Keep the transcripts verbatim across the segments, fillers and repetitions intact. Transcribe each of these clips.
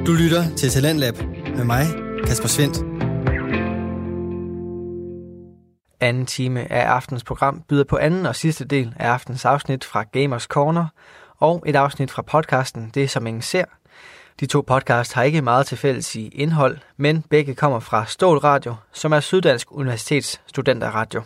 Du lytter til Talentlab med mig, Kasper Svendt. Anden time af aftens program byder på anden og sidste del af aftens afsnit fra Gamers Corner og et afsnit fra podcasten Det som ingen ser. De to podcasts har ikke meget til fælles i indhold, men begge kommer fra Stål Radio, som er Syddansk Universitets studenterradio.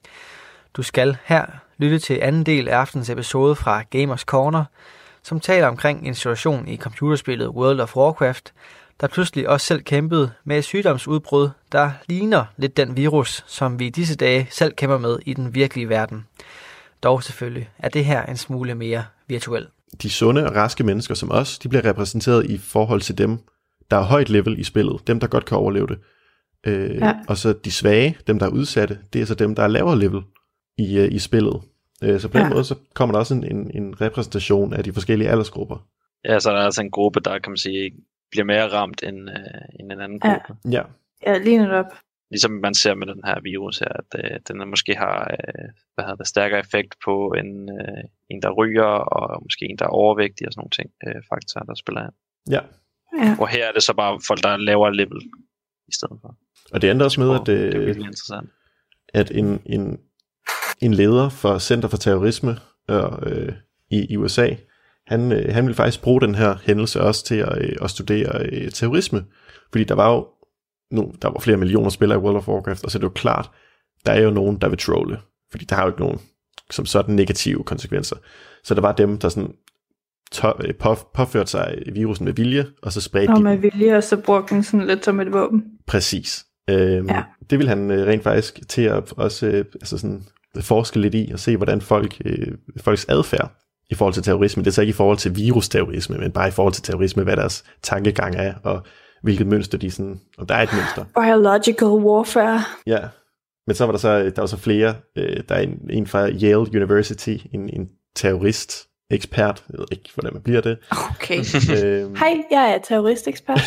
Du skal her lytte til anden del af aftens episode fra Gamers Corner, som taler omkring en situation i computerspillet World of Warcraft, der pludselig også selv kæmpede med et sygdomsudbrud, der ligner lidt den virus, som vi i disse dage selv kæmper med i den virkelige verden. Dog selvfølgelig er det her en smule mere virtuel. De sunde og raske mennesker som os, de bliver repræsenteret i forhold til dem, der er højt level i spillet, dem der godt kan overleve det. Øh, ja. Og så de svage, dem der er udsatte, det er så dem, der er lavere level i, uh, i spillet. Øh, så på den ja. måde, så kommer der også en, en, en repræsentation af de forskellige aldersgrupper. Ja, så der er altså en gruppe, der kan man sige, bliver mere ramt end, øh, end en anden gruppe. Ja, ja. Ja, lige netop. Ligesom man ser med den her virus her, at øh, den måske har øh, hvad hedder det, stærkere effekt på en, øh, en, der ryger, og måske en, der er overvægtig og sådan nogle ting, øh, faktorer, der spiller ind. Ja. ja. Og her er det så bare folk, der er lavere level i stedet for. Og det ender også med, at, øh, det er virkelig interessant. At en, en, en leder for Center for Terrorisme øh, i, i U S A, han, øh, han ville faktisk bruge den her hændelse også til at, øh, at studere øh, terrorisme, fordi der var jo nu, der var flere millioner spillere i World of Warcraft, og så er det jo klart, der er jo nogen, der vil trolle, fordi der har jo ikke nogen som sådan negative konsekvenser. Så der var dem, der sådan to- på- påførte sig virusen med vilje, og så spredte og de med den. vilje, og så brugte den sådan lidt som et våben. Præcis. Øhm, ja. Det vil han øh, rent faktisk til at også øh, altså sådan, forske lidt i, og se, hvordan folk, øh, folks adfærd i forhold til terrorisme, det er så ikke i forhold til virusterrorisme, men bare i forhold til terrorisme, hvad deres tankegang er, og hvilket mønster de sådan, og der er et mønster. Biological warfare. Ja, men så var der så, der var så flere, øh, der er en, en fra Yale University, en, en terrorist, ekspert, jeg ved ikke, hvordan man bliver det. Okay. øhm, Hej, jeg er terroristekspert.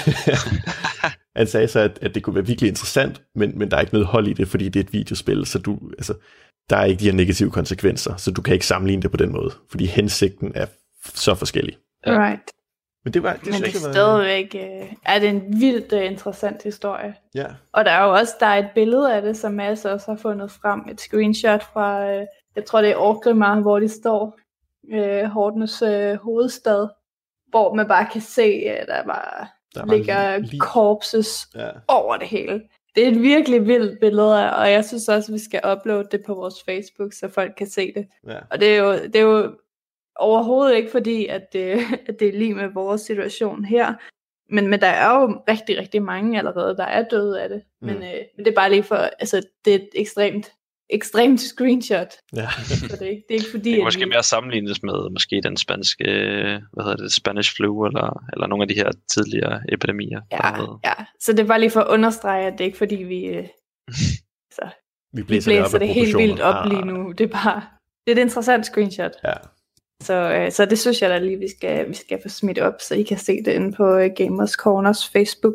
Han sagde så, at, at det kunne være virkelig interessant, men, men der er ikke noget hold i det, fordi det er et videospil, så du, altså, der er ikke de her negative konsekvenser, så du kan ikke sammenligne det på den måde, fordi hensigten er så forskellig. Ja. Right. Men det, var, det, Men det er var... stadigvæk øh, er det en vildt uh, interessant historie. Ja. Og der er jo også der er et billede af det, som Mads også har fundet frem. Et screenshot fra, øh, jeg tror det er Orgrimmar, hvor de står, øh, Hordenes øh, hovedstad, hvor man bare kan se, at der bare der ligger lige... corpses ja. over det hele. Det er et virkelig vildt billede, og jeg synes også, at vi skal uploade det på vores Facebook, så folk kan se det. Ja. Og det er jo, det er jo overhovedet ikke fordi, at det, at det er lige med vores situation her. Men, men der er jo rigtig, rigtig mange allerede, der er døde af det. Mm. Men, øh, men det er bare lige for, altså det er et ekstremt, ekstremt screenshot. Ja. Så det, det er ikke fordi, det er måske vi... mere sammenlignes med måske den spanske, hvad hedder det, Spanish flu, eller, eller nogle af de her tidligere epidemier. Ja, ja, så det er bare lige for at understrege, at det er ikke fordi, vi, øh, så, vi blæser, vi blæser det, det helt vildt op ah. lige nu. Det er bare, det er et interessant screenshot. Ja. Så, øh, så det synes jeg da lige, vi skal, vi skal få smidt op, så I kan se det inde på uh, Gamers Corners Facebook.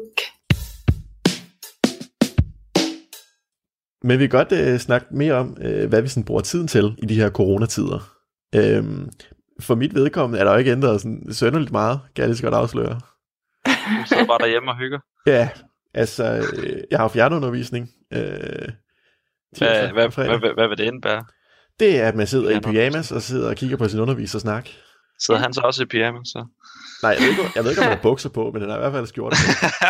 Men vi kan godt øh, snakke mere om, øh, hvad vi sådan bruger tiden til i de her coronatider. Øhm, for mit vedkommende er der jo ikke ændret sådan sønderligt meget, kan jeg lige så godt afsløre. Du sidder bare derhjemme og hygger. Ja, altså, øh, jeg har fjernundervisning. Øh, hvad, hvad, hvad, hvad, hvad vil det indebære? Det er, at man sidder i pyjamas og sidder og kigger på sin underviser og snak. Sidder han så også i pyjamas? Så? Nej, jeg ved, ikke, jeg ved ikke, om han har bukser på, men han har i hvert fald skjort på.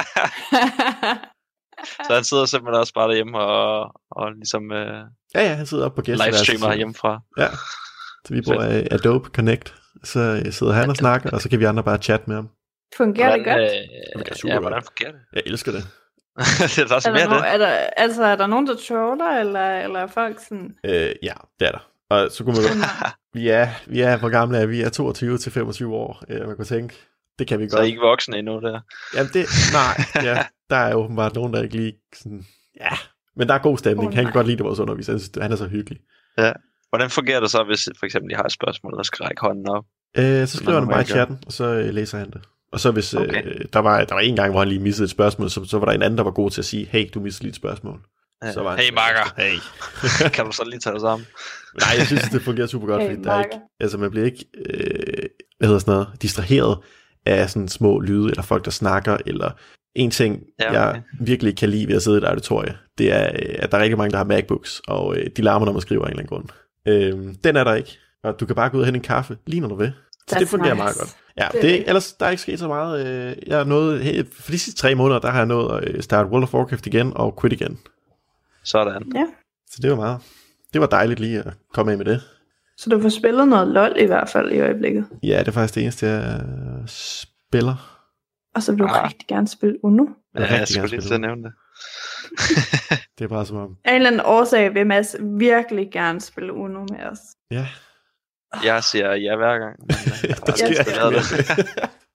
Så han sidder simpelthen også bare derhjemme og, og ligesom øh, ja, ja, han sidder oppe på gæsteværelset. Livestreamer hjemmefra. Ja, så vi bruger uh, Adobe Connect. Så sidder han og snakker, og så kan vi andre bare chatte med ham. Fungerer det godt? Øh, det ja, hvordan fungerer det? Jeg elsker det. det er, også er, der no- er, der, altså, er der nogen, der troller, eller, eller er folk sådan... Øh, ja, det er der. Og så kunne man godt... vi, er, vi er, hvor gamle er vi? er toogtyve til femogtyve år. Øh, man kunne tænke, det kan vi så godt. Så er I ikke voksne endnu der? Jamen det... Nej, ja, der er jo åbenbart nogen, der ikke lige sådan... Ja, men der er god stemning. Oh, han kan godt lide det, vores underviser. Han, synes, han er så hyggelig. Ja. Hvordan fungerer det så, hvis for eksempel I har et spørgsmål, eller skal række hånden op? Øh, så skriver han bare i chatten, og så øh, læser han det. Og så hvis okay. øh, der var der var en gang, hvor han lige missede et spørgsmål, så, så var der en anden, der var god til at sige, hey, du missede lige et spørgsmål. Ja. Så var hey, Marker. Hey. Kan du så lige tage det sammen? Nej, jeg synes, det fungerer super godt, hey, fordi der er ikke, altså man bliver ikke, øh, hvad hedder sådan noget, distraheret af sådan små lyde, eller folk, der snakker, eller en ting, ja, okay. jeg virkelig kan lide ved at sidde i et auditorie, det er, at der er rigtig mange, der har MacBooks, og de larmer, når man skriver af en eller anden grund. Øhm, den er der ikke, og du kan bare gå ud og hente en kaffe, lige når du vil. Så That's det fungerer nice. Meget godt. Ja, det, det, ellers der er ikke sket så meget. Jeg er nået, for de sidste tre måneder, der har jeg nået at starte World of Warcraft igen, og quit igen. Sådan. Ja. Så det var meget, det var dejligt lige at komme af med det. Så du får spillet noget LOL i hvert fald i øjeblikket? Ja, det er faktisk det eneste, jeg spiller. Og så vil du ah. rigtig gerne spille Uno? Ja, jeg, jeg skulle lige til at nævne det. Det er bare som om... Af en eller anden årsag vil Mads virkelig gerne spille Uno med os. Ja. Jeg siger ja hver gang. Men, der sker jeg det.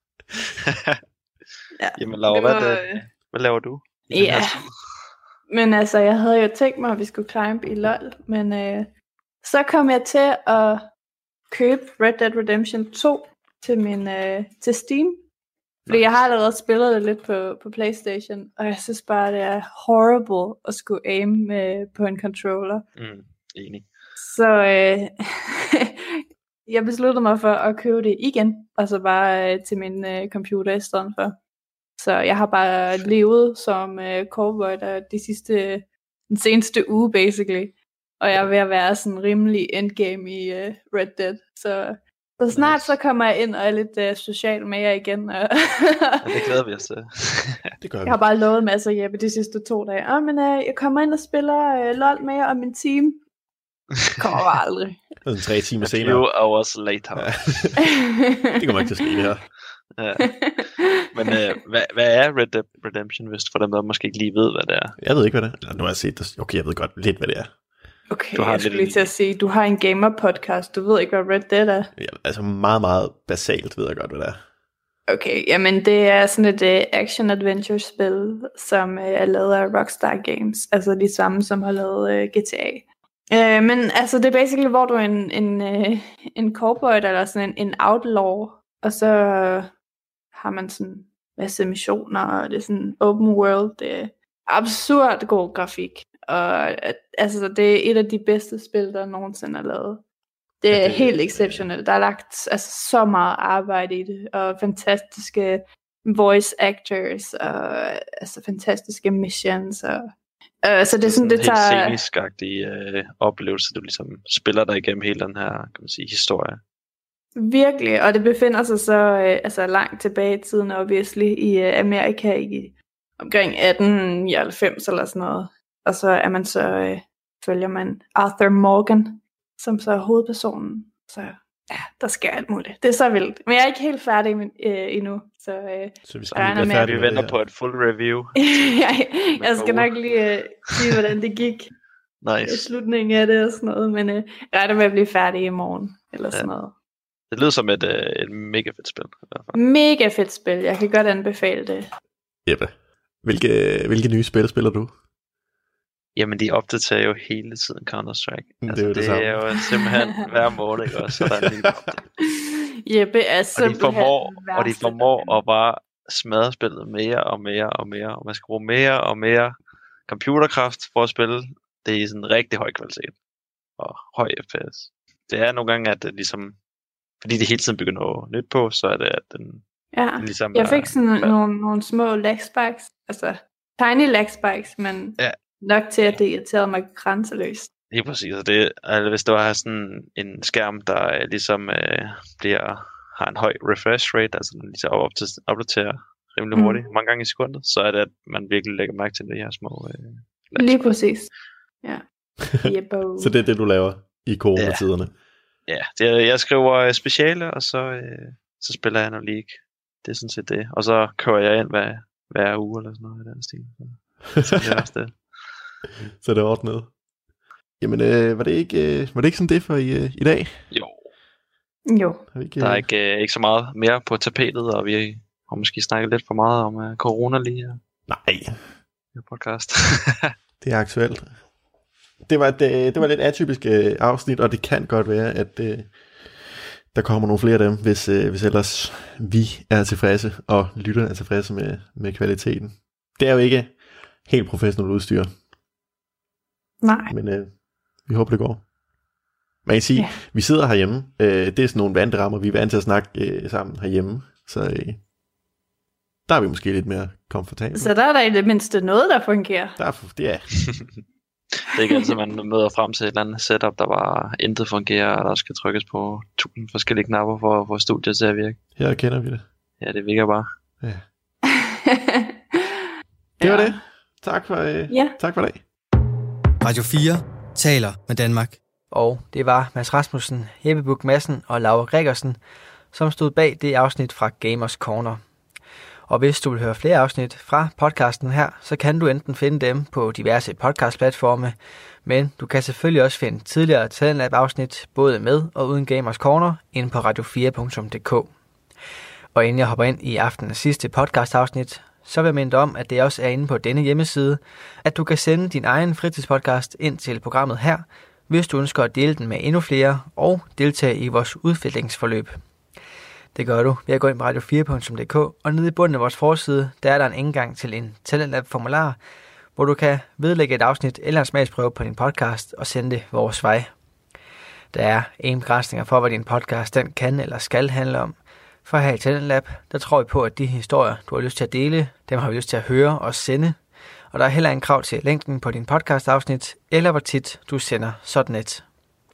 Ja, Jamen Laura, det var... hvad, hvad laver du? Ja, men altså, jeg havde jo tænkt mig, at vi skulle climb i LOL, men øh, så kom jeg til at købe Red Dead Redemption to til, min, øh, til Steam. Fordi nice. Jeg har allerede spillet det lidt på, på PlayStation, og jeg synes bare, det er horrible at skulle aim med, på en controller. Mm, enig. Så øh, jeg besluttede mig for at købe det igen, og så bare øh, til min øh, computer i stedet for. Så jeg har bare levet som øh, cowboy der de sidste, den seneste uge, basically. Og jeg er ved at være sådan rimelig endgame i øh, Red Dead. Så, så snart nice. Så kommer jeg ind og er lidt øh, social med jer igen. Og ja, det glæder vi os til. Det gør vi. Jeg har bare lovet masser af Jeppe de sidste to dage. Ah, men øh, jeg kommer ind og spiller øh, LOL med jer og min team. Kommer bare aldrig. Det er tre timer senere. A few hours later. Ja. Det kommer ikke til at ske, det her. Ja. Men øh, hvad, hvad er Red Dead Redemption, hvis for dem, der måske ikke lige ved, hvad det er? Jeg ved ikke, hvad det er. Eller, nu har jeg set det. Okay, jeg ved godt lidt, hvad det er. Okay, du har jeg skulle lige til at sige, du har en gamer-podcast, du ved ikke, hvad Red Dead er? Ja, altså meget, meget basalt ved jeg godt, hvad det er. Okay, jamen det er sådan et uh, action-adventure-spil, som uh, er lavet af Rockstar Games, altså de samme, som har lavet uh, G T A. Uh, men altså det er basically, hvor du er en, en, uh, en cowboy, eller sådan en, en outlaw, og så uh, har man sådan en masse missioner, og det er sådan open world, det er absurd god grafik. Og altså, det er et af de bedste spil, der nogensinde er lavet. Det er ja, det, helt exceptionelt. Der er lagt altså, så meget arbejde i det, og fantastiske voice actors, og altså, fantastiske missions. Og, øh, så det er sådan, det, det tager... helt scenisk-agtig øh, oplevelse, du ligesom spiller dig igennem hele den her, kan man sige, historie. Virkelig, og det befinder sig så øh, altså, langt tilbage i tiden, obviously, i øh, Amerika i omkring atten nioghalvfems eller sådan noget. Og så er man så, øh, følger man Arthur Morgan, som så er hovedpersonen. Så ja, der sker alt muligt. Det er så vildt. Men jeg er ikke helt færdig med, øh, endnu. Så, øh, så vi skal være færdige. Vi venter på et full review. jeg, jeg skal nok lige øh, sige, hvordan det gik. Nice. I slutningen af det og sådan noget. Men øh, jeg regner med at blive færdig i morgen. Eller sådan ja. Noget. Det lyder som et, øh, et mega fedt spil. I hvert fald. Mega fedt spil. Jeg kan godt anbefale det. Jeppe, hvilke, hvilke nye spil spiller du? Jamen, de opdaterer jo hele tiden Counter-Strike. Altså, det er jo det, det er jo simpelthen hver måned, ikke også? Så der er en ny update. Jeppe er simpelthen og de formår, og de formår at bare smadre spillet mere og mere og mere. Og man skal bruge mere og mere computerkraft for at spille. Det er i sådan en rigtig høj kvalitet. Og høj F P S. Det er nogle gange, at det ligesom... Fordi det hele tiden bygger noget nyt på, så er det, at den... Ja, den ligesom jeg fik sådan er, nogle, nogle små lag spikes. Altså, tiny lag spikes, men... Ja. Nok til, at det irriterede mig grænseløst. Helt præcis. Det, altså, hvis det var sådan en skærm, der ligesom øh, bliver, har en høj refresh rate, altså den ligesom op til, opdaterer rimelig mm. hurtigt, mange gange i sekundet, så er det, at man virkelig lægger mærke til de her små... Øh, Lige præcis. Ja. Så det er det, du laver i coronatiderne? Ja, ja det er, jeg skriver speciale, og så, øh, så spiller jeg noget League. Det er sådan set det. Og så kører jeg ind hver, hver uge, eller sådan noget i den stil. Så det er også det. Så det er ordnet. Jamen, øh, var, det ikke, øh, var det ikke sådan det for i, øh, i dag? Jo. Jo. Ikke, der er ikke, øh, ikke så meget mere på tapetet, og vi har måske snakket lidt for meget om øh, corona lige her. Nej. I podcast. Det er aktuelt. Det var et, øh, det var et lidt atypisk øh, afsnit, og det kan godt være, at øh, der kommer nogle flere af dem, hvis, øh, hvis ellers vi er tilfredse, og lytterne er tilfredse med, med kvaliteten. Det er jo ikke helt professionelt udstyr. Nej. Men øh, vi håber, det går. Man kan sige, ja. Vi sidder herhjemme. Øh, det er sådan nogle vandrammer, vi er vant til at snakke øh, sammen herhjemme. Så øh, der er vi måske lidt mere komfortable. Så der er der i det mindste noget, der fungerer. Der er, ja. Det er ikke altid, man møder frem til et eller andet setup, der bare intet fungerer, og der skal trykkes på tusind forskellige knapper for at få studiet til at virke. Her kender vi det. Ja, det virker bare. Ja. Det var det. Tak for, øh, ja. tak for dag. Radio fire taler med Danmark. Og det var Mads Rasmussen, Jeppe Buch Madsen og Laura Gregersen, som stod bag det afsnit fra Gamers Corner. Og hvis du vil høre flere afsnit fra podcasten her, så kan du enten finde dem på diverse podcastplatforme, men du kan selvfølgelig også finde tidligere Talentlab-afsnit, både med og uden Gamers Corner, inde på radio fire punktum d k. Og inden jeg hopper ind i aftenens sidste podcast-afsnit, så vil jeg minde dig om, at det også er inde på denne hjemmeside, at du kan sende din egen fritidspodcast ind til programmet her, hvis du ønsker at dele den med endnu flere og deltage i vores udviklingsforløb. Det gør du ved at gå ind på radio fire punktum d k, og nede i bunden af vores forside, der er der en indgang til en Talentlab-formular, hvor du kan vedlægge et afsnit eller en smagsprøve på din podcast og sende det vores vej. Der er ingen begrænsninger for, hvad din podcast den kan eller skal handle om. For her i Talentlab, der tror vi på, at de historier, du har lyst til at dele, dem har vi lyst til at høre og sende. Og der er heller ingen krav til længden på din podcast-afsnit, eller hvor tit du sender sådan et.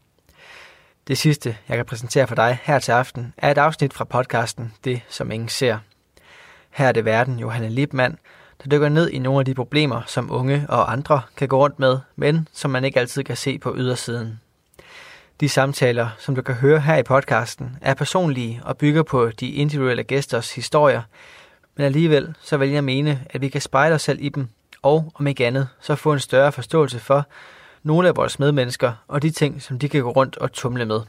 Det sidste, jeg kan præsentere for dig her til aften, er et afsnit fra podcasten Det, som ingen ser. Her er det verden Johanne Liebmann, der dykker ned i nogle af de problemer, som unge og andre kan gå rundt med, men som man ikke altid kan se på ydersiden. De samtaler, som du kan høre her i podcasten, er personlige og bygger på de individuelle gæsters historier, men alligevel så vælger jeg at mene, at vi kan spejle os selv i dem, og om ikke andet, så få en større forståelse for nogle af vores medmennesker og de ting, som de kan gå rundt og tumle med.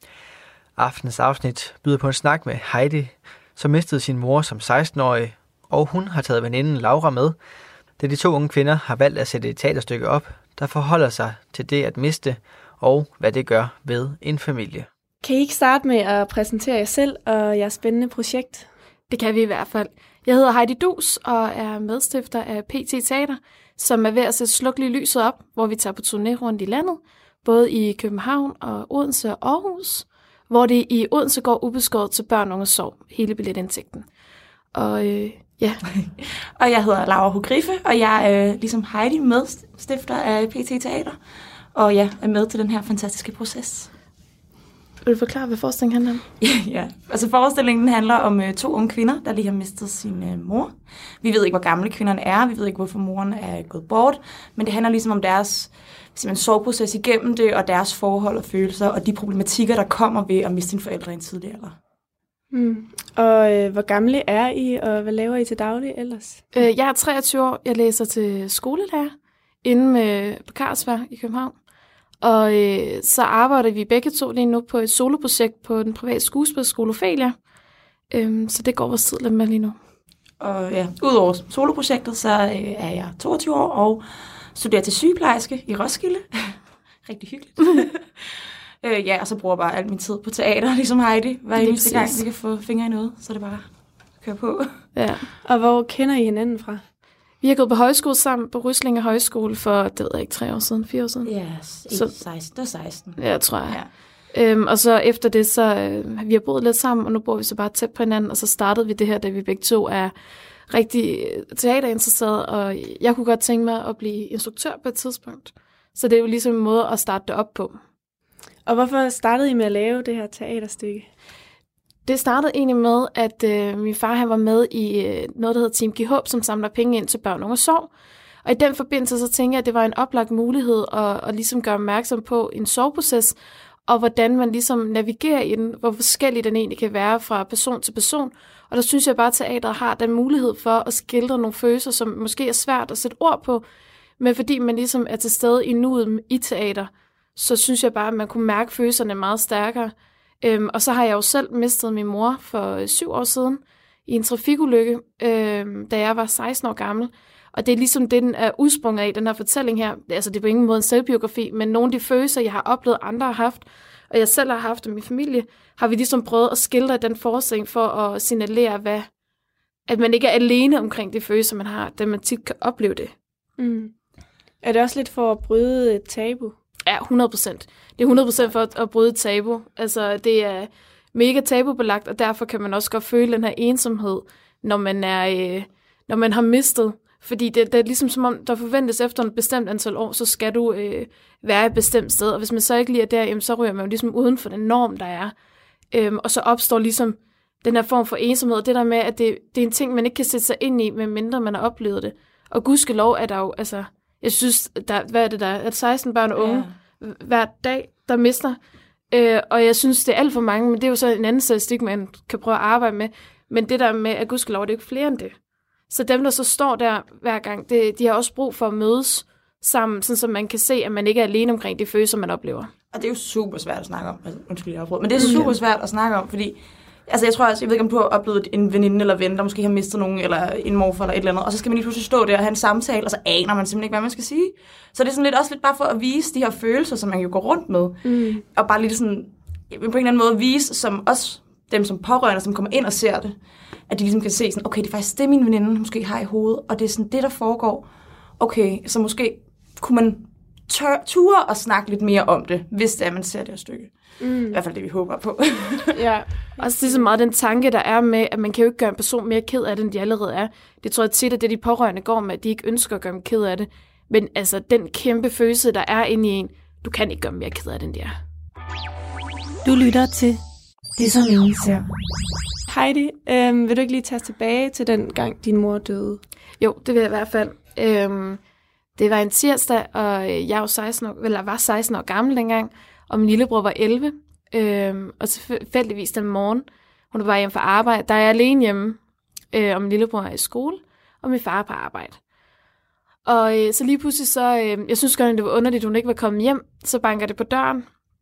Aftens afsnit byder på en snak med Heidi, som mistede sin mor som seksten-årig, og hun har taget veninden Laura med, da de to unge kvinder har valgt at sætte et teaterstykke op, der forholder sig til det at miste, og hvad det gør ved en familie. Kan I ikke starte med at præsentere jer selv og jeres spændende projekt? Det kan vi i hvert fald. Jeg hedder Heidi Dus og er medstifter af P T Teater, som er ved at sætte slukkeligt lyset op, hvor vi tager på turné rundt i landet, både i København og Odense og Aarhus, hvor det i Odense går ubeskåret til børn og unge sorg, hele billetindtægten. Og øh, ja. Og jeg hedder Laura Hugriffe, og jeg er øh, ligesom Heidi medstifter af P T Teater, og jeg er med til den her fantastiske proces. Vil du forklare, hvad forestillingen handler om? Ja, ja. Altså forestillingen handler om øh, to unge kvinder, der lige har mistet sin øh, mor. Vi ved ikke, hvor gamle kvinderne er, vi ved ikke, hvorfor moren er gået bort, men det handler ligesom om deres sorgproces igennem det, og deres forhold og følelser, og de problematikker, der kommer ved at miste sine forældre i en tidlig alder. Mm. Og øh, hvor gamle er I, og hvad laver I til daglig ellers? Øh, jeg er treogtyve år, jeg læser til skolelærer inde med på Carlsberg i København. Og øh, så arbejder vi begge to lige nu på et soloprojekt på den private skuespilskole Ophelia. Øhm, så det går vores tid lidt med lige nu. Og ja, udover soloprojektet, så øh, er jeg toogtyve år og studerer til sygeplejerske i Roskilde. Rigtig hyggeligt. øh, ja, og så bruger jeg bare al min tid på teater, ligesom Heidi. Hver eneste gang, vi kan få fingre i noget, så er det bare køre på. Ja. Og hvor kender I hinanden fra? Vi har gået på højskole sammen på Ryslinge Højskole for, det ved jeg ikke, tre år siden, fire år siden. Ja, så, seksten, det var seksten. Ja, tror jeg. Ja. Øhm, og så efter det, så øh, vi har boet lidt sammen, og nu bor vi så bare tæt på hinanden, og så startede vi det her, da vi begge to er rigtig teaterinteresserede, og jeg kunne godt tænke mig at blive instruktør på et tidspunkt. Så det er jo ligesom en måde at starte det op på. Og hvorfor startede I med at lave det her teaterstykke? Det startede egentlig med, at øh, min far han var med i øh, noget, der hedder Team Giv Håb, som samler penge ind til børn og unge sorg. Og i den forbindelse så tænkte jeg, at det var en oplagt mulighed at, at ligesom gøre opmærksom på en sorgproces, og hvordan man ligesom navigerer i den, hvor forskellig den egentlig kan være fra person til person. Og der synes jeg bare, at teateret har den mulighed for at skildre nogle følelser, som måske er svært at sætte ord på, men fordi man ligesom er til stede i nuet i teater, så synes jeg bare, at man kunne mærke følelserne meget stærkere. Øhm, og så har jeg jo selv mistet min mor for øh, syv år siden i en trafikulykke, øh, da jeg var seksten år gammel. Og det er ligesom det, den er udsprunget af, den her fortælling her. Altså det er på ingen måde en selvbiografi, men nogle af de følelser, jeg har oplevet, andre har haft, og jeg selv har haft, og min familie, har vi ligesom prøvet at skildre den forestilling for at signalere, hvad, at man ikke er alene omkring de følelser, man har, da man tit kan opleve det. Mm. Er det også lidt for at bryde et tabu? Ja, hundrede procent. Det er hundrede procent for at, at bryde et tabu. Altså, det er mega tabubelagt, og derfor kan man også godt føle den her ensomhed, når man, er, øh, når man har mistet. Fordi det, det er ligesom som om, der forventes efter en bestemt antal år, så skal du øh, være et bestemt sted. Og hvis man så ikke lige er der, jamen, så ryger man jo ligesom uden for den norm, der er. Øhm, og så opstår ligesom den her form for ensomhed. Det der med, at det, det er en ting, man ikke kan sætte sig ind i, medmindre man har oplevet det. Og gudskelov er der jo, altså, jeg synes, der, hvad er det der, at seksten børn og unge ja. hver dag, der mister. Øh, og jeg synes, det er alt for mange, men det er jo så en anden statistik, man kan prøve at arbejde med. Men det der med, at gudskelov, det er jo ikke flere end det. Så dem, der så står der hver gang, det, de har også brug for at mødes sammen, sådan så man kan se, at man ikke er alene omkring de følelser, man oplever. Og det er jo super svært at snakke om. Altså, undskyld, jeg afbrød. Men det er super svært at snakke om, fordi altså, jeg tror også, jeg ved ikke, om du har oplevet en veninde eller ven, der måske har mistet nogen, eller en morfar eller et eller andet, og så skal man lige pludselig stå der og have en samtale, og så aner man simpelthen ikke, hvad man skal sige. Så det er sådan lidt også lidt bare for at vise de her følelser, som man jo går rundt med, mm. og bare lige sådan, på en eller anden måde vise, som også dem som pårørende, som kommer ind og ser det, at de ligesom kan se sådan, okay, det er faktisk det, min veninde måske har i hovedet, og det er sådan det, der foregår. Okay, så måske kunne man tør, ture og snakke lidt mere om det, hvis det er, man ser det her stykke. Mm. I hvert fald det, vi håber på. Ja, også det er så meget den tanke, der er med, at man kan jo ikke gøre en person mere ked af det, end de allerede er. Det tror jeg tit, at det de pårørende går med, at de ikke ønsker at gøre dem ked af det. Men altså, den kæmpe følelse, der er inde i en, du kan ikke gøre dem mere ked af det, end de er. Du lytter til Det, som ingen ser. Heidi, øhm, vil du ikke lige tage os tilbage til den gang, din mor døde? Jo, det vil jeg i hvert fald. Øhm, det var en tirsdag, og jeg var seksten år, eller var seksten år gammel dengang, og min lillebror var elleve. Øhm, og tilfældigvis den morgen, hun var bare hjemme fra arbejde, der er jeg alene hjemme, øh, og min lillebror er i skole, og min far er på arbejde. Og øh, så lige pludselig så, øh, jeg synes godt, det var underligt, at hun ikke var kommet hjem, så banker det på døren,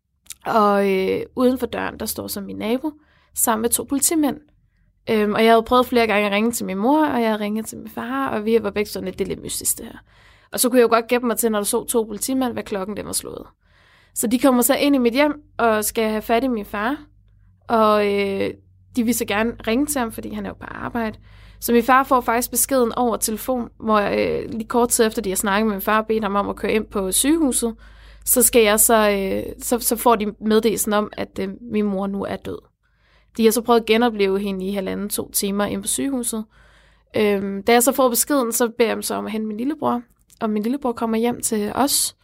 og øh, uden for døren, der står så min nabo, sammen med to politimænd. Øhm, og jeg havde prøvet flere gange at ringe til min mor, og jeg havde ringet til min far, og vi var begge sådan lidt, det er lidt mystisk det her. Og så kunne jeg jo godt gætte mig til, når der så to politimænd, hvad klokken den var slået. Så de kommer så ind i mit hjem, og skal have fat i min far, og øh, de vil så gerne ringe til ham, fordi han er jo på arbejde. Så min far får faktisk beskeden over telefon, hvor jeg, øh, lige kort tid efter, de har snakket med min far, bedt ham om at køre ind på sygehuset, så skal jeg så, øh, så, så får de meddelelsen om, at øh, min mor nu er død. De har så prøvet at genopleve hende i halvanden, to timer inde på sygehuset. Øhm, da jeg så får beskeden, så beder jeg dem så om at hente min lillebror, og min lillebror kommer hjem til os,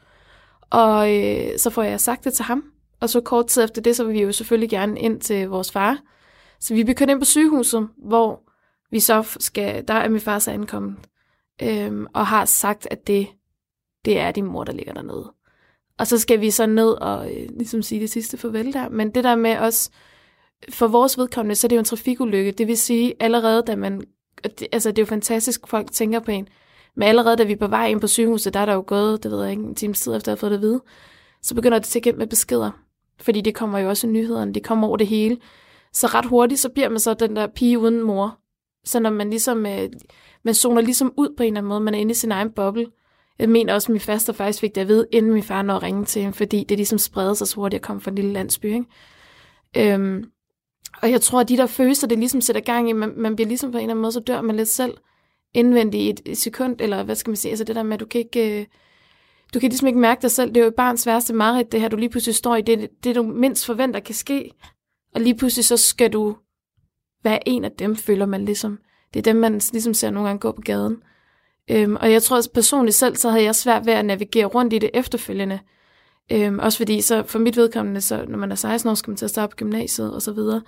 og øh, så får jeg sagt det til ham. Og så kort tid efter det, så vil vi jo selvfølgelig gerne ind til vores far. Så vi begynder ind på sygehuset, hvor vi så skal, der er min far så ankommet, øhm, og har sagt, at det, det er din mor, der ligger dernede. Og så skal vi så ned og øh, ligesom sige det sidste farvel der. Men det der med os, for vores vedkommende, så er det jo en trafikulykke. Det vil sige, allerede da man, altså det er jo fantastisk, folk tænker på en, men allerede da vi er på vej ind på sygehuset, der er der jo gået, det ved jeg ikke, en times tid efter at have fået det at vide, så begynder det til at ind med beskeder. Fordi det kommer jo også i nyhederne, det kommer over det hele. Så ret hurtigt, så bliver man så den der pige uden mor. Så når man ligesom, øh, man zoner ligesom ud på en eller anden måde, man er inde i sin egen boble. Jeg mener også, at min faster faktisk fik det at vide, inden min far når at ringe til hende, fordi det ligesom spreder sig så hurtigt at komme fra en lille landsby, ikke? Øhm, og jeg tror, at de der følelser, det ligesom sætter gang i, man, man bliver ligesom på en eller anden måde, så dør man lidt selv indvendigt i et, et sekund, eller hvad skal man sige, altså det der med, at du kan ikke, du kan ligesom ikke mærke dig selv, det er jo barns værste mareridt, det her, du lige pludselig står i, det, det du mindst forventer kan ske, og lige pludselig så skal du være en af dem, føler man ligesom. Det er dem, man ligesom ser nogle gange gå på gaden. Øhm, og jeg tror også personligt selv, så havde jeg svært ved at navigere rundt i det efterfølgende. Øhm, også fordi, så for mit vedkommende, så når man er seksten år, skal man til at starte på gymnasiet og så videre.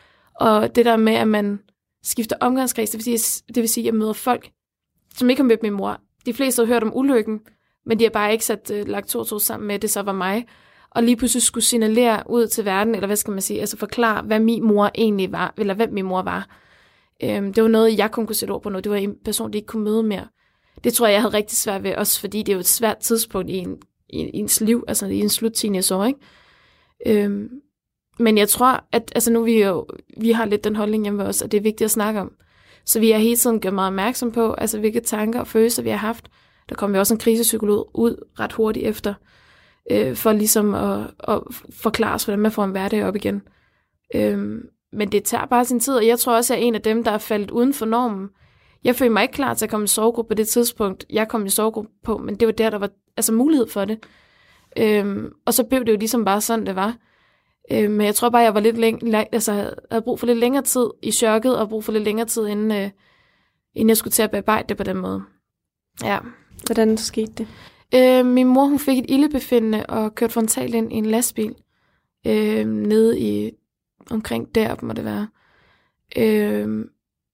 Og det der med, at man skifter omgangskreds, det vil sige, det vil sige at jeg møder folk, som ikke har mødt min mor. De fleste har hørt om ulykken, men de har bare ikke sat uh, lagt to og to sammen med, at det så var mig. Og lige pludselig skulle signalere ud til verden, eller hvad skal man sige, altså forklare, hvad min mor egentlig var, eller hvem min mor var. Øhm, det var noget, jeg kun kunne sætte ord på noget. Det var en person, de ikke kunne møde mere. Det tror jeg, jeg havde rigtig svært ved, også fordi det er jo et svært tidspunkt i, en, i ens liv, altså i en slut teenageår, ikke? Øhm, men jeg tror, at altså nu vi jo, vi har lidt den holdning hjemme ved os, at det er vigtigt at snakke om. Så vi har hele tiden gjort meget opmærksom på, altså hvilke tanker og følelser vi har haft. Der kom jo også en krisepsykolog ud ret hurtigt efter, øh, for ligesom at, at forklare os, hvordan man får en hverdag op igen. Øhm, men det tager bare sin tid, og jeg tror også, at jeg er en af dem, der er faldet uden for normen. Jeg følte mig ikke klar til at komme i sovegruppe på det tidspunkt, jeg kom i sovegruppe på, men det var der, der var altså mulighed for det. Øhm, og så blev det jo ligesom bare sådan, det var. Øh, men jeg tror bare, jeg var lidt læng- altså, havde brug for lidt længere tid i chokket, og brug for lidt længere tid, inden, øh, inden jeg skulle til at bearbejde det på den måde. Ja. Hvordan skete det? Øh, min mor, hun fik et ildebefindende og kørte frontalt ind i en lastbil. Øh, nede i, omkring der, må det være. Øh,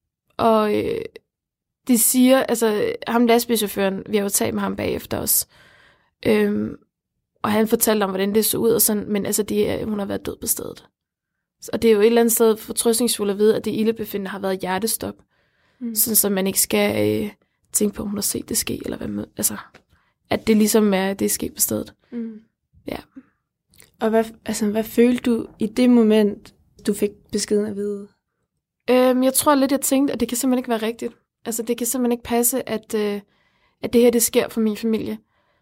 og øh, de siger, altså ham lastbilchaufføren, vi har jo talt med ham bagefter os. Øh, og han fortalte om, hvordan det så ud, og sådan, men altså, de, hun har været død på stedet. Og det er jo et eller andet sted fortrøstningsfuldt at vide, at det ildebefindende har været hjertestop. Mm. Sådan, så man ikke skal øh, tænke på, om hun har set det ske, eller hvad med, altså, at det ligesom er, det er sket på stedet. Mm. Ja. Og hvad, altså, hvad følte du i det moment, du fik beskeden at vide? Øhm, jeg tror lidt, jeg tænkte, at det kan simpelthen ikke være rigtigt. Altså, det kan simpelthen ikke passe, at, øh, at det her, det sker for min familie.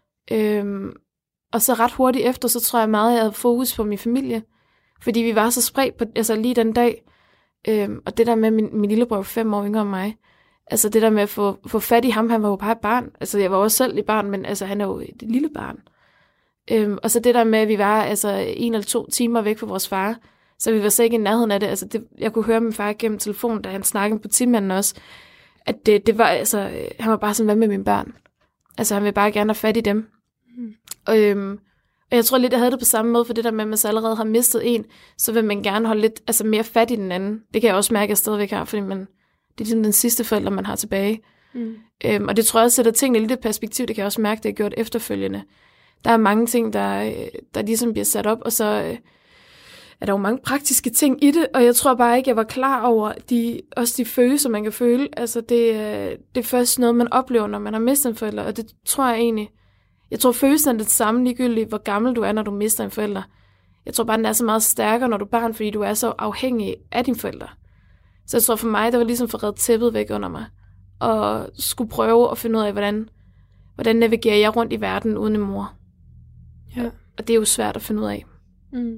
Øhm, og så ret hurtigt efter, så tror jeg meget, jeg havde fokus på min familie. Fordi vi var så spredt på, altså lige den dag. Øhm, og det der med, min, min lillebror var fem år yngre end mig. Altså det der med at få, få fat i ham, han var jo bare et barn. Altså jeg var også selv et barn, men altså han er jo et lille barn. Øhm, og så det der med, at vi var altså en eller to timer væk fra vores far. Så vi var så ikke i nærheden af det. Altså det, jeg kunne høre min far gennem telefonen, da han snakkede med politimanden også. At det, det var, altså, han var bare sådan, hvad med mine børn? Altså han ville bare gerne have fat i dem. Mm. Og, øhm, og jeg tror lidt, jeg havde det på samme måde, for det der med, at man så allerede har mistet en, så vil man gerne holde lidt altså, mere fat i den anden. Det kan jeg også mærke, at jeg stadigvæk har, fordi man, det er ligesom den sidste forælder, man har tilbage. Mm. Øhm, og det tror jeg også sætter tingene lidt i perspektiv. Det kan jeg også mærke, det jeg har gjort efterfølgende. Der er mange ting, der, der ligesom bliver sat op, og så øh, er der jo mange praktiske ting i det, og jeg tror bare ikke, jeg var klar over de, også de følelser, man kan føle. Altså det, øh, det er først noget, man oplever, når man har mistet en forælder, og det tror jeg egentlig. Jeg tror, følelsen er det samme ligegyldigt, hvor gammel du er, når du mister en forælder. Jeg tror bare, den er så meget stærkere, når du er barn, fordi du er så afhængig af dine forældre. Så jeg tror for mig, det var ligesom for reddet tæppet væk under mig. Og skulle prøve at finde ud af, hvordan, hvordan navigerer jeg rundt i verden uden en mor. Ja. Og det er jo svært at finde ud af. Mm.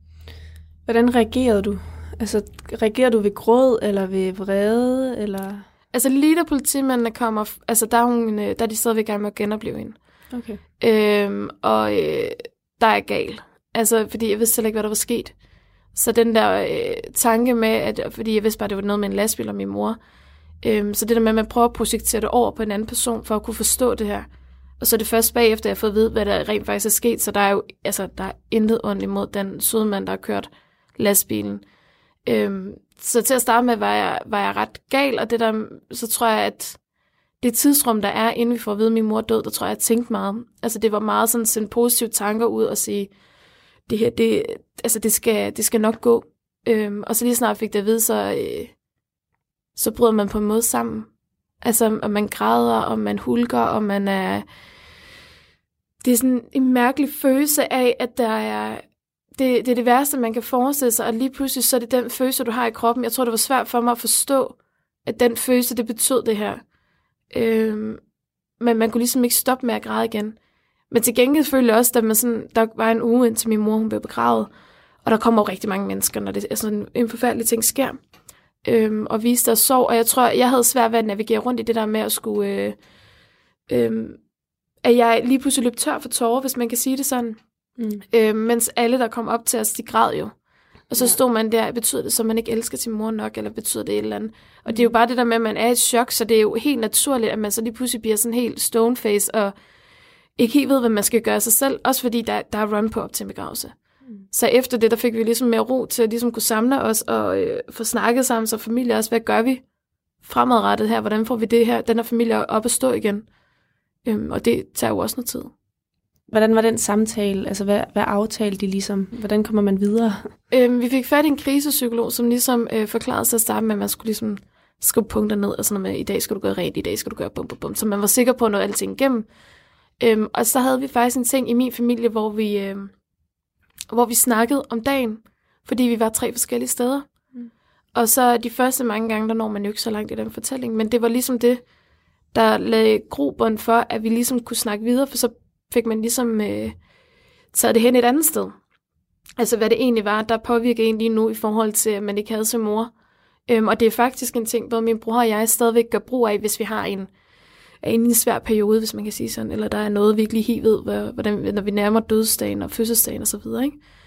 Hvordan reagerede du? Altså, reagerer du ved gråd, eller ved vrede, eller... Altså, lige da politimændene kommer, altså, der er, hun, der er de stadigvæk i gang med at genopleve hende. Okay. Øhm, og øh, der er gal. Altså, fordi jeg vidste slet ikke, hvad der var sket. Så den der øh, tanke med, at, fordi jeg vidste bare, det var noget med en lastbil og min mor. Øhm, så det der med, at man prøver at projektere det over på en anden person, for at kunne forstå det her. Og så er det først bagefter, jeg har fået at vide, hvad der rent faktisk er sket. Så der er jo altså, der er intet ondt imod den søde mand, der har kørt lastbilen. Øhm, så til at starte med, var jeg, var jeg ret gal, og det der, så tror jeg, at det tidsrum, der er, inden vi får at vide, at min mor er død, der tror jeg, jeg tænkte meget. Altså det var meget sådan at sende positive tanker ud og sige, det her, det, altså, det, skal, det skal nok gå. Øhm, og så lige snart fik det at vide, så, øh, så bryder man på en måde sammen. Altså, og man græder, og man hulker, og man er... Det er sådan en mærkelig følelse af, at der er... Det, det er det værste, man kan forestille sig, og lige pludselig så er det den følelse, du har i kroppen. Jeg tror, det var svært for mig at forstå, at den følelse, det betød det her. Øhm, men man kunne ligesom ikke stoppe med at græde igen. Men til gengæld følte jeg også, at man sådan, der var en uge indtil min mor hun blev begravet, og der kommer jo rigtig mange mennesker, når det er sådan en forfærdelig ting sker, øhm, og viste deres sorg. Og jeg tror, jeg havde svært ved at navigere rundt i det der med at skulle, øh, øh, at jeg lige pludselig løb tør for tårer, hvis man kan sige det sådan. Mm. Øh, mens alle, der kom op til os, de græd jo. Og så stod man der, betyder det så, man ikke elsker sin mor nok, eller betyder det et eller andet? Og det er jo bare det der med, at man er i et chok, så det er jo helt naturligt, at man så lige pludselig bliver sådan helt stoneface, og ikke helt ved, hvad man skal gøre sig selv, også fordi der, der er run på op til en begravelse. Mm. Så efter det, der fik vi ligesom mere ro til at ligesom kunne samle os, og øh, få snakket sammen som familie også, hvad gør vi fremadrettet her? Hvordan får vi det her, den her familie op at stå igen? Øhm, og det tager jo også noget tid. Hvordan var den samtale? Altså, hvad, hvad aftalte de ligesom? Hvordan kommer man videre? Øhm, vi fik fat i en krisepsykolog, som ligesom øh, forklarede sig at starte med, at man skulle ligesom skrive punkter ned, og sådan noget med, i dag skal du gøre rent, i dag skal du gøre bum, bum, bum. Så man var sikker på at nå alting igennem. Øhm, og så havde vi faktisk en ting i min familie, hvor vi, øh, hvor vi snakkede om dagen, fordi vi var tre forskellige steder. Mm. Og så de første mange gange, der når man jo ikke så langt i den fortælling, men det var ligesom det, der lagde grobund for, at vi ligesom kunne snakke videre, for så fik man ligesom øh, taget det hen et andet sted. Altså hvad det egentlig var, der påvirker en lige nu i forhold til, at man ikke havde sin mor. Øhm, og det er faktisk en ting, både min bror og jeg stadigvæk gør brug af, hvis vi har en, en svær periode, hvis man kan sige sådan, eller der er noget, vi ikke lige helt ved, hvordan, når vi nærmer dødsdagen og fødselsdagen og så videre, ikke?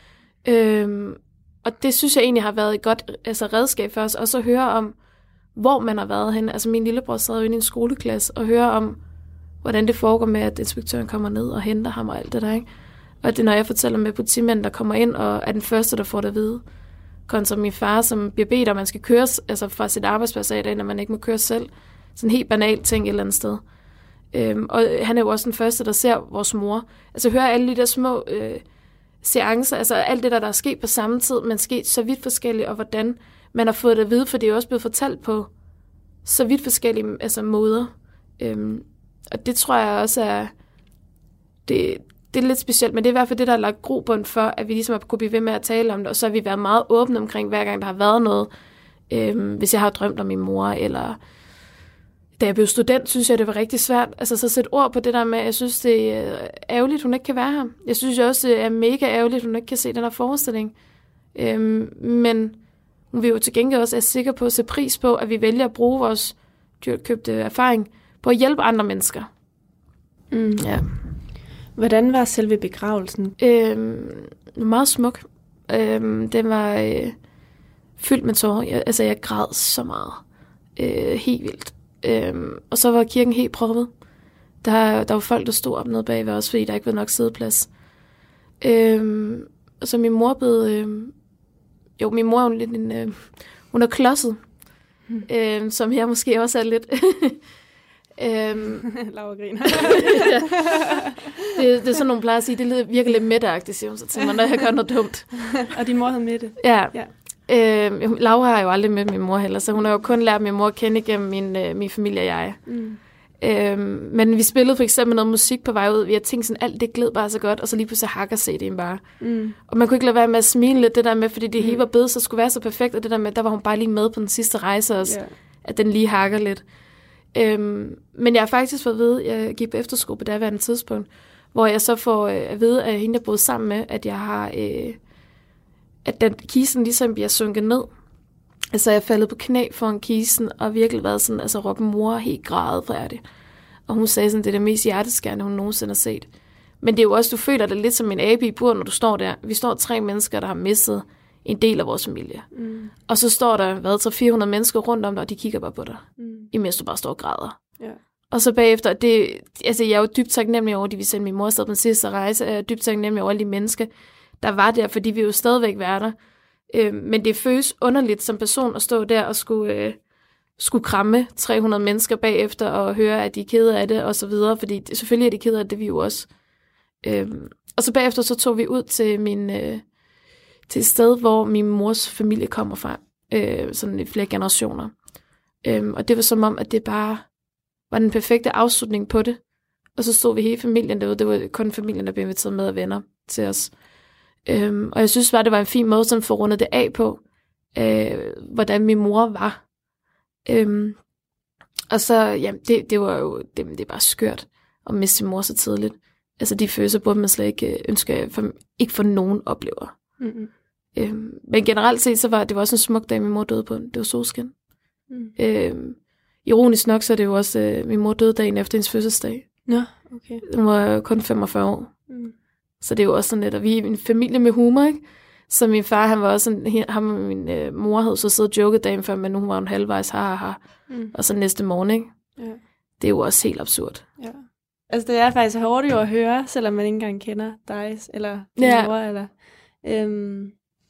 Øhm, og det synes jeg egentlig har været et godt altså, redskab for os, også at høre om, hvor man har været henne. Altså min lillebror sad jo inde i en skoleklasse og høre om, hvordan det foregår med, at inspektøren kommer ned og henter ham og alt det der, ikke? Og det når jeg fortæller med politimanden, der kommer ind og er den første, der får det at vide. Kontra min far, som bliver bedt, at man skal køres altså fra sit arbejdsplads af i dag, når man ikke må køre selv. Sådan en helt banal ting et eller andet sted. Øhm, og han er jo også den første, der ser vores mor. Altså hører alle de der små øh, seancer, altså alt det der, der er sket på samme tid, men sket så vidt forskelligt, og hvordan man har fået det at vide, for det er jo også blevet fortalt på så vidt forskellige altså, måder. Øhm, og det tror jeg også er, det, det er lidt specielt, men det er i hvert fald det, der har lagt grobund for, at vi ligesom har kunnet blive ved med at tale om det, og så har vi været meget åbne omkring, hver gang der har været noget. Øhm, hvis jeg har drømt om min mor, eller da jeg blev student, synes jeg, det var rigtig svært. Altså så sætte ord på det der med, jeg synes, det er ærgerligt, hun ikke kan være her. Jeg synes også, det er mega ærgerligt, hun ikke kan se den her forestilling. Øhm, men hun vil jo til gengæld også være sikker på at se pris på, at vi vælger at bruge vores dyrkøbte erfaring på at hjælpe andre mennesker. Mm. Ja. Hvordan var selve begravelsen? Øhm, meget smuk. Øhm, den var øh, fyldt med tårer. Jeg, altså, jeg græd så meget. Øh, helt vildt. Øhm, og så var kirken helt proppet. Der, der var folk, der stod op nede bagved os, fordi der ikke var nok siddeplads. Øhm, og så min mor blev... Øh, jo, min mor er lidt en... Øh, hun er klodset. Hmm. Øhm, som jeg måske også er lidt... øhm, Laura griner. Ja. det, det er sådan, nogle plejer at sige, det virker lidt mætteagtigt, siger hun så til mig, når jeg gør noget dumt. Og din mor hed Mette? Ja. ja. Øhm, Laura har jo aldrig mødt min mor heller, så hun har jo kun lært min mor at kende igennem min, øh, min familie og jeg. Mm. Øhm, men vi spillede for eksempel noget musik på vej ud. Vi har tænkt sådan, alt det gled bare så godt, og så lige pludselig hakker C D'en bare. Mm. Og man kunne ikke lade være med at smile lidt det der med, fordi det mm. hele var bedre, så skulle være så perfekt, og det der med, der var hun bare lige med på den sidste rejse også, yeah. at den lige hakker lidt. Øhm, men jeg har faktisk fået at vide, jeg gik på efterskole på daværende tidspunkt, hvor jeg så får øh, at vide, at hende, jeg boede sammen med, at jeg har, øh, at den kisten ligesom bliver sunket ned. Altså jeg er faldet på knæ foran kisten, og virkelig været sådan, altså råbt mor helt grædet færdig. Og hun sagde sådan, det er det mest hjerteskærende, hun nogensinde har set. Men det er jo også, du føler dig lidt som en abe i bur, når du står der. Vi står tre mennesker, der har mistet en del af vores familie. Mm. Og så står der, hvad, tre til fire hundrede mennesker rundt om dig, og de kigger bare på dig, mm. imens du bare står og græder. Yeah. Og så bagefter, det, altså jeg er jo dybt taknemmelig over, at de vil sende min mor afsted på den sidste rejse. Jeg er dybt taknemmelig over alle de mennesker, der var der, fordi vi jo stadigvæk var der. Øh, men det føles underligt som person at stå der og skulle, øh, skulle kramme tre hundrede mennesker bagefter og høre, at de er kede af det og så videre, fordi det, selvfølgelig er de kede af det, vi jo også. Øh, og så bagefter så tog vi ud til min øh, til et sted, hvor min mors familie kommer fra, øh, sådan i flere generationer. Øh, og det var som om, at det bare var den perfekte afslutning på det. Og så stod vi hele familien derude. Det var kun familien, der blev inviteret med og venner til os. Øhm, og jeg synes bare, det var en fin måde sådan for at runde det af på, øh, hvordan min mor var. Øhm, og så, ja, det, det var jo, det, det er bare skørt at miste sin mor så tidligt. Altså de følelser burde man slet ikke ønske, for, ikke for nogen oplever. Mm-hmm. Øhm, men generelt set, så var det var også en smuk dag, min mor døde på. Det var solskin. Mm. Øhm, ironisk nok, så er det jo også, øh, min mor døde dagen efter hendes fødselsdag. Nå, okay. Hun var kun femogfyrre år. Mm. Så det er jo også sådan lidt, at vi er en familie med humor, ikke? Så min far, han var også sådan, ham og min øh, mor havde så siddet og joket dagen før, men nu hun var en halvvejs, ha, ha, ha. Mm. Og så næste morgen, ikke? Ja. Det er jo også helt absurd. Ja. Altså det er faktisk hårdt jo at høre, selvom man ikke engang kender dig, eller din ja. mor, eller... Øhm,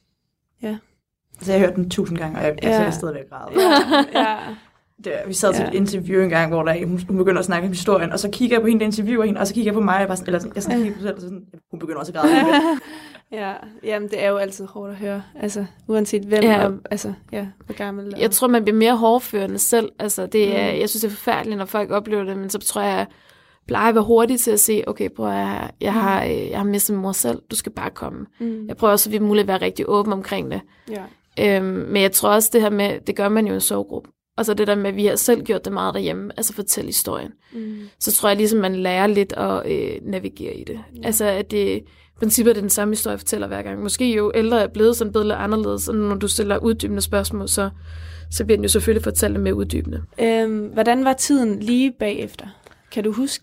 ja. Altså jeg har hørt den tusind gange, og jeg, ja. altså, jeg er stadig ved at græde. Ja. ja. Det, vi sad til ja. et interview en gang, hvor der, hun, hun begynder at snakke om historien, og så kigger jeg på hende, der interviewer hende, og så kigger jeg på mig, og bare sådan, eller sådan, jeg sådan, ja. selv, sådan, hun begynder også at græde. Ja, jamen det er jo altid hårdt at høre, altså uanset hvem, ja. og, altså, ja, hvor gammel. Og... Jeg tror, man bliver mere hårdførende selv, altså det er, mm. jeg synes, det er forfærdeligt, når folk oplever det, men så tror jeg, jeg plejer at være hurtig til at se, okay, prøv at jeg har, jeg har mistet min mor selv, du skal bare komme. Mm. Jeg prøver også, at vi muligt at være rigtig åben omkring det. Ja. Øhm, men jeg tror også, det her med, det gør man jo i en sorggruppe. Og så det der med, at vi har selv gjort det meget derhjemme, altså fortælle historien. Mm. Så tror jeg ligesom, man lærer lidt at øh, navigere i det. Ja. Altså at det i princippet er det den samme historie, jeg fortæller hver gang. Måske jo ældre er blevet sådan bedre anderledes, og når du stiller uddybende spørgsmål, så, så bliver den jo selvfølgelig fortalt med uddybende. Øhm, hvordan var tiden lige bagefter? Kan du huske det?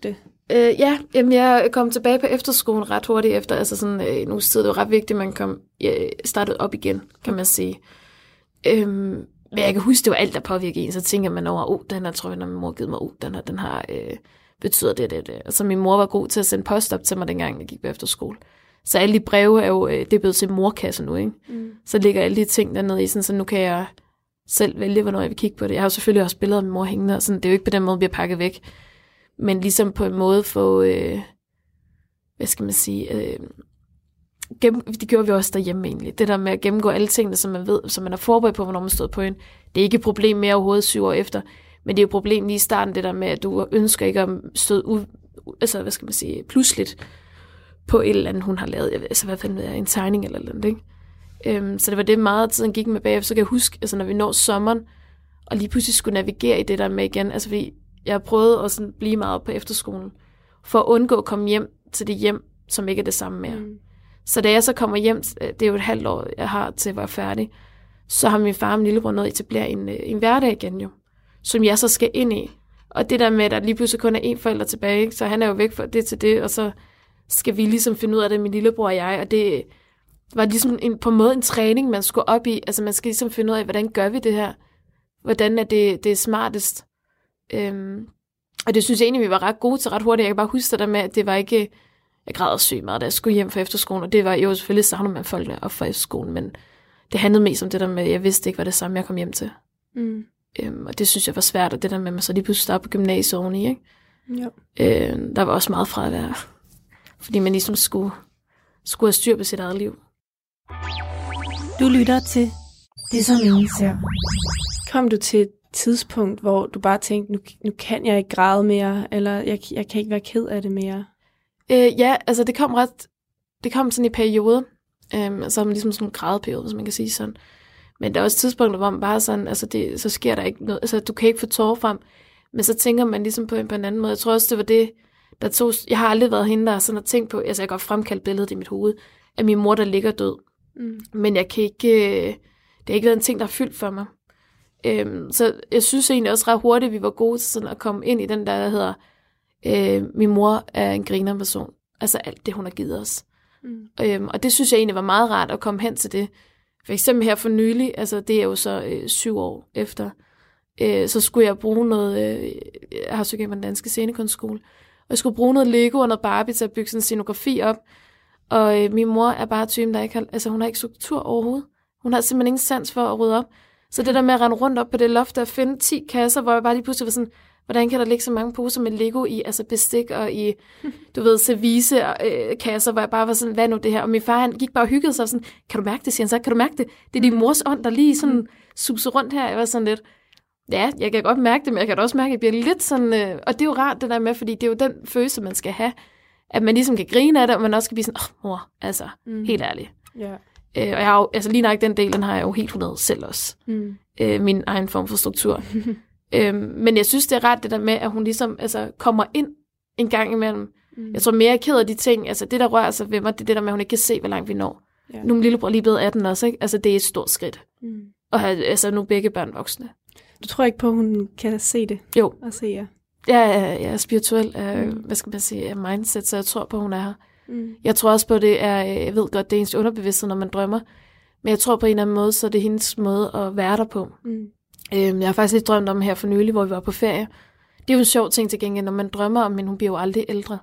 Øh, ja, jamen jeg kom tilbage på efterskolen ret hurtigt efter, altså sådan øh, en uges tid. Det var ret vigtigt, at man kom, ja, startede op igen, kan man sige. Øhm, men jeg kan huske, det var alt, der påvirkede en. Så tænker man over, oh, den her, tror jeg, når min mor givet mig, oh, den her, den har øh, betyder det, det, det. Altså min mor var god til at sende post op til mig, dengang jeg gik på efterskole. Så alle de breve er jo, øh, det er blevet til morkasse nu, ikke? Mm. Så ligger alle de ting dernede i, sådan, så nu kan jeg selv vælge, hvornår jeg vil kigge på det. Jeg har jo selvfølgelig også billeder af min mor hængende, og sådan, det er jo ikke på den måde, vi har pakket væk. Men ligesom på en måde få, øh, hvad skal man sige, øh, gennem, det gjorde vi også derhjemme egentlig. Det der med at gennemgå alle tingene, som man ved, som man er forberedt på, hvornår man stod på en. Det er ikke et problem mere overhovedet syv år efter, men det er jo et problem lige i starten, det der med, at du ønsker ikke at stå ud, altså hvad skal man sige, pludseligt på et eller andet, hun har lavet, altså hvad fanden ved jeg, en tegning eller noget, ikke? Øhm, så det var det meget tiden gik med bagefter. Så kan jeg huske, altså når vi når sommeren, og lige pludselig skulle navigere i det der med igen, altså fordi jeg har prøvet at sådan blive meget på efterskolen, for at undgå at komme hjem til det hjem, som ikke er det samme mere. Mm. Så da jeg så kommer hjem, det er jo et halvt år, jeg har til at være færdig, så har min far og min lillebror nået at etablere en, en hverdag igen jo, som jeg så skal ind i. Og det der med, at der lige pludselig kun er én forælder tilbage, ikke? Så han er jo væk fra det til det, og så skal vi ligesom finde ud af det, min lillebror og jeg, og det var ligesom en, på en måde en træning, man skulle op i. Altså man skal ligesom finde ud af, hvordan gør vi det her? Hvordan er det, det er smartest? Øhm, og det synes jeg egentlig, vi var ret gode til ret hurtigt. Jeg kan bare huske det der med, at det var ikke... Jeg græd også sygt meget, da jeg skulle hjem fra efterskolen, og det var jo selvfølgelig savner man folkene op fra efterskolen, men det handlede mest om det der med, at jeg vidste ikke, hvad det samme, jeg kom hjem til. Mm. Øhm, og det synes jeg var svært, og det der med, at man så lige pludselig startede på gymnasiet oveni, ikke? Jo. Øhm, der var også meget fra at være, fordi man ligesom skulle, skulle have styr på sit eget liv. Du lytter til Det Som Ingen Ser. Kom du til et tidspunkt, hvor du bare tænkte, nu, nu kan jeg ikke græde mere, eller jeg, jeg kan ikke være ked af det mere? Øh, ja, altså det kom ret, det kom sådan i perioder, øhm, så er man ligesom sådan en grædeperiode, hvis man kan sige sådan. Men der er også tidspunkter, hvor man bare sådan, altså det, så sker der ikke noget, altså du kan ikke få tårer frem, men så tænker man ligesom på en, på en anden måde. Jeg tror også, det var det, der tog, jeg har aldrig været hende, der sådan at tænke på, altså jeg kan godt fremkalde billedet i mit hoved, af min mor, der ligger død. Mm. Men jeg kan ikke, det har ikke været en ting, der er fyldt for mig. Øhm, så jeg synes egentlig også ret hurtigt, at vi var gode til sådan at komme ind i den der, der hedder, øh, min mor er en grinerperson. Altså alt det, hun har givet os. Mm. Øhm, og det synes jeg egentlig var meget rart at komme hen til det. For eksempel her for nylig, altså det er jo så øh, syv år efter, øh, så skulle jeg bruge noget, øh, jeg har søgt på den danske scenekunstskole, og jeg skulle bruge noget Lego og noget Barbie til at bygge sådan en scenografi op. Og øh, min mor er bare typen, der ikke har, altså hun har ikke struktur overhovedet. Hun har simpelthen ingen sans for at rydde op. Så det der med at rende rundt op på det loft og finde ti kasser, hvor jeg bare lige pludselig var sådan, hvordan kan der ligge så mange poser med Lego i, altså bestik og i, du ved, service øh, kasser, hvor jeg bare var sådan, hvad nu det her? Og min far, han gik bare og hyggede sig og sådan, kan du mærke det, siger han så, kan du mærke det? Det er din mors ånd, der lige sådan suser rundt her. Jeg var sådan lidt, ja, jeg kan godt mærke det, men jeg kan også mærke, at jeg bliver lidt sådan, øh, og det er jo rart det der med, fordi det er jo den følelse, man skal have, at man ligesom kan grine af det, og man også kan blive sådan, åh, oh, mor, altså, mm. helt ærligt. Yeah. Øh, og jeg har jo, altså lige nok den del, den har jeg jo helt hundrede selv også. Mm. Øh, min egen form for struktur. øhm, men jeg synes, det er ret det der med, at hun ligesom altså, kommer ind en gang imellem. Mm. Jeg tror mere, jeg keder de ting, altså det, der rører sig ved mig, det er det der med, at hun ikke kan se, hvor langt vi når. Yeah. Nu er min lillebror lige blevet atten også, ikke? Altså det er et stort skridt. Mm. Og altså nu er begge børn voksne. Du tror ikke på, at hun kan se det? Jo. Og se jer? Jeg er, jeg er spirituel, af, mm. hvad skal man sige, af mindset, så jeg tror på, at hun er her. Mm. Jeg tror også på, at det er, jeg ved godt, det er ens underbevidsthed, når man drømmer. Men jeg tror på en eller anden måde, så er det hendes måde at være der på. Mm. Øhm, jeg har faktisk lidt drømt om her for nylig, hvor vi var på ferie. Det er jo en sjov ting til gengæld, når man drømmer om, men hun bliver jo aldrig ældre.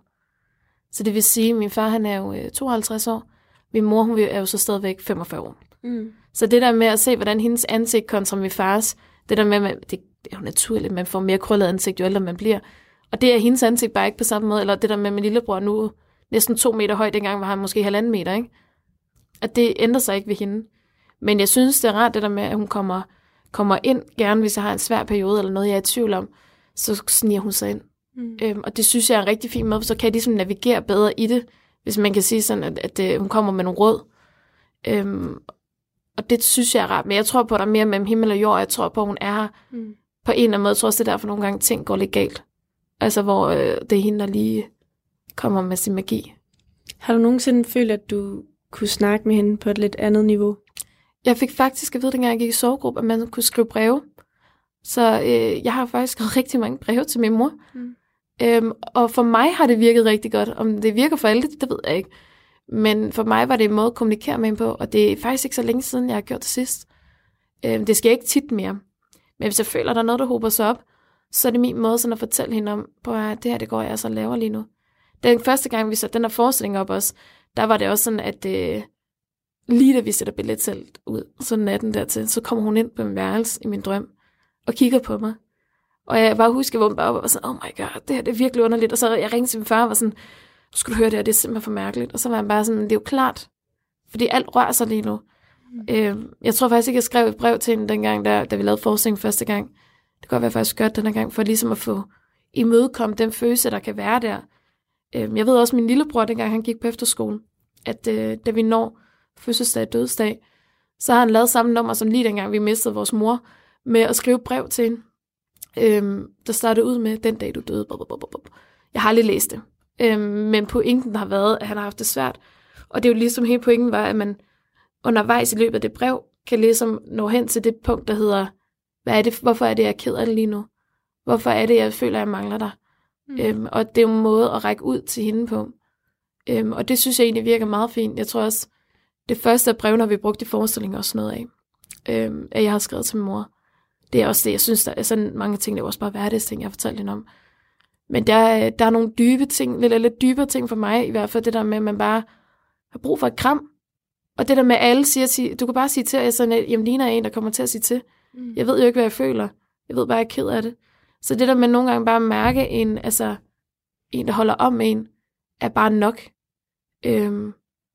Så det vil sige, at min far han er jo øh, tooghalvtreds år. Min mor hun er jo så stadigvæk femogfyrre år. Mm. Så det der med at se, hvordan hendes ansigt kontra min fars, det der med, at man, det, det er jo naturligt, man får mere krøllet ansigt, jo ældre man bliver. Og det er hendes ansigt bare ikke på samme måde. Eller det der med min lillebror nu, næsten to meter høj, dengang var han måske halvanden meter, ikke? At det ændrer sig ikke ved hende. Men jeg synes, det er rart det der med, at hun kommer, kommer ind, gerne hvis jeg har en svær periode, eller noget, jeg er i tvivl om, så sniger hun sig ind. Mm. Øhm, og det synes jeg er en rigtig fin måde, for så kan jeg ligesom navigere bedre i det, hvis man kan sige sådan, at, at, at hun kommer med nogle råd. Øhm, og det synes jeg er rart. Men jeg tror på, at der er mere mellem himmel og jord, og jeg tror på, at hun er her mm. på en eller anden måde. Jeg tror også, det er derfor nogle gange ting går lidt galt. Altså, hvor øh, det er hende, der lige kommer med sin magi. Har du nogensinde følt, at du kunne snakke med hende på et lidt andet niveau? Jeg fik faktisk at vide, dengang jeg gik i sovegruppe, at man kunne skrive breve. Så øh, jeg har faktisk skrevet rigtig mange breve til min mor. Mm. Øhm, og for mig har det virket rigtig godt. Om det virker for alle, det ved jeg ikke. Men for mig var det en måde at kommunikere med hende på, og det er faktisk ikke så længe siden, jeg har gjort det sidst. Øhm, det skal jeg ikke tit mere. Men hvis jeg føler, at der er noget, der hober sig op, så er det min måde sådan at fortælle hende om, at det her, det går jeg så laver lige nu. Den første gang, vi satte den her forestilling op også, der var det også sådan, at øh, lige da vi sætter billetsalget ud, så natten dertil, så kommer hun ind på min værelse i min drøm, og kigger på mig. Og jeg bare husker, hvor hun bare var sådan, oh my god, det her det er virkelig underligt. Og så jeg ringte til min far og var sådan, du skulle høre det her, det er simpelthen for mærkeligt. Og så var han bare sådan, det er jo klart, fordi alt rører sig lige nu. Mm. Øh, jeg tror faktisk ikke, jeg skrev et brev til hende dengang, da, da vi lavede forskning første gang. Det kan godt være faktisk godt den her gang, for ligesom at få imødekommet den følelse, der kan være der. Øh, jeg ved også, min lillebror, dengang han gik på efterskole, at øh, da vi når fødselsdag og dødsdag, så har han lavet samme nummer, som lige dengang vi mistede vores mor, med at skrive brev til hende. Øhm, der startede ud med, den dag du døde. Jeg har aldrig læst det. Øhm, men pointen har været, at han har haft det svært. Og det er jo ligesom hele pointen var, at man undervejs i løbet af det brev, kan ligesom nå hen til det punkt, der hedder, hvad er det, hvorfor er det, jeg er ked af det lige nu? Hvorfor er det, jeg føler, jeg mangler dig? Mm. Øhm, og det er jo en måde at række ud til hende på. Øhm, og det synes jeg egentlig virker meget fint. Jeg tror også, det første af brevene har vi brugt i forestillingen også noget af. Øhm, at jeg har skrevet til min mor. Det er også det, jeg synes, der er sådan mange ting, det er også bare hverdagsting, jeg har fortalt hende om. Men der, der er nogle dybe ting, lidt, lidt dybere ting for mig, i hvert fald det der med, at man bare har brug for et kram. Og det der med, at alle siger, siger du kan bare sige til, at jeg sådan, jamen, Lina er en, der kommer til at sige til. Mm. Jeg ved jo ikke, hvad jeg føler. Jeg ved bare, at jeg er ked af det. Så det der med nogle gange bare at mærke en, altså en, der holder om en, er bare nok. Øhm,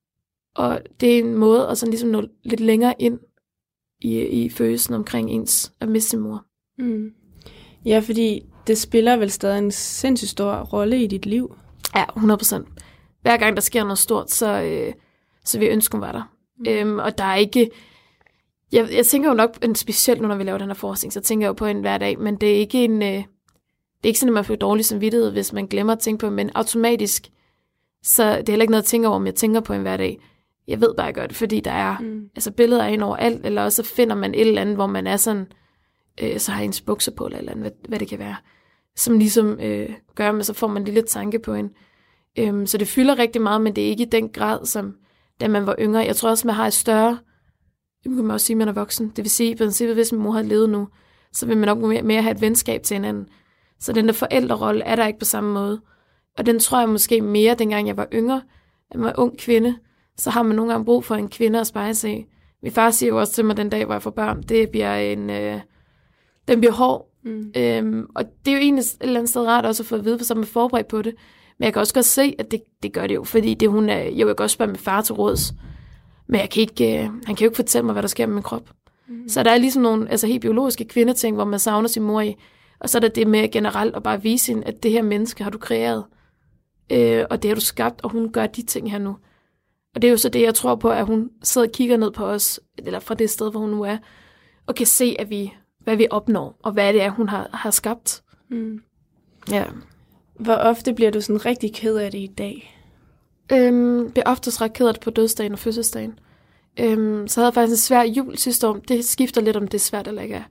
og det er en måde at sådan ligesom nå lidt længere ind i, i følelsen omkring ens at miste sin mor. Mm. Ja, fordi det spiller vel stadig en sindssygt stor rolle i dit liv. Ja, hundrede procent. Hver gang der sker noget stort, så, øh, så vil jeg ønske, hun var der. Mm. Øhm, og der er ikke... Jeg, jeg tænker jo nok, specielt nu, når vi laver den her forskning, så tænker jeg jo på en hver dag, men det er ikke en... Øh, det er ikke sådan, at man får dårlig samvittighed, hvis man glemmer at tænke på, men automatisk, så det er heller ikke noget at tænke over, om jeg tænker på en hver dag. Jeg ved bare, at jeg gør det, fordi der er mm. altså billeder af en over alt, eller også så finder man et eller andet, hvor man er sådan, øh, så har ens bukser på, eller, eller andet, hvad, hvad det kan være, som ligesom øh, gør, men så får man en lille tanke på en. Øhm, så det fylder rigtig meget, men det er ikke i den grad, som da man var yngre. Jeg tror også, man har et større, det kan man også sige, at man er voksen. Det vil sige, i princippet, hvis min mor havde levet nu, så vil man nok mere, mere have et venskab til hinanden. Så den der forældrerolle er der ikke på samme måde. Og den tror jeg måske mere, dengang jeg var yngre, at man var ung kvinde, så har man nogle gange brug for en kvinde at spejle sig i. Min far siger jo også til mig den dag, hvor jeg får børn, det bliver en, øh, den bliver hård. Mm. Øhm, og det er jo egentlig et eller andet sted rart også at få at vide, for så er man forberedt på det. Men jeg kan også godt se, at det, det gør det jo, fordi det, hun er, jo, jeg kan også spørge min far til råds. Men jeg kan ikke, øh, han kan jo ikke fortælle mig, hvad der sker med min krop. Mm. Så der er ligesom nogle altså helt biologiske kvindeting, hvor man savner sin mor i. Og så er der det med generelt at bare vise hende, at det her menneske har du kreeret. Øh, og det har du skabt, og hun gør de ting her nu. Og det er jo så det, jeg tror på, at hun sidder og kigger ned på os, eller fra det sted, hvor hun nu er, og kan se, at vi, hvad vi opnår, og hvad det er, hun har, har skabt. Mm. Ja. Hvor ofte bliver du sådan rigtig ked af det i dag? Øhm, bliver oftest ret ked af det på dødsdagen og fødselsdagen. Øhm, så havde jeg faktisk en svær jul sidste år. Det skifter lidt, om det er svært eller ikke er.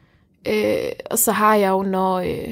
Øh, og så har jeg jo, når... Øh,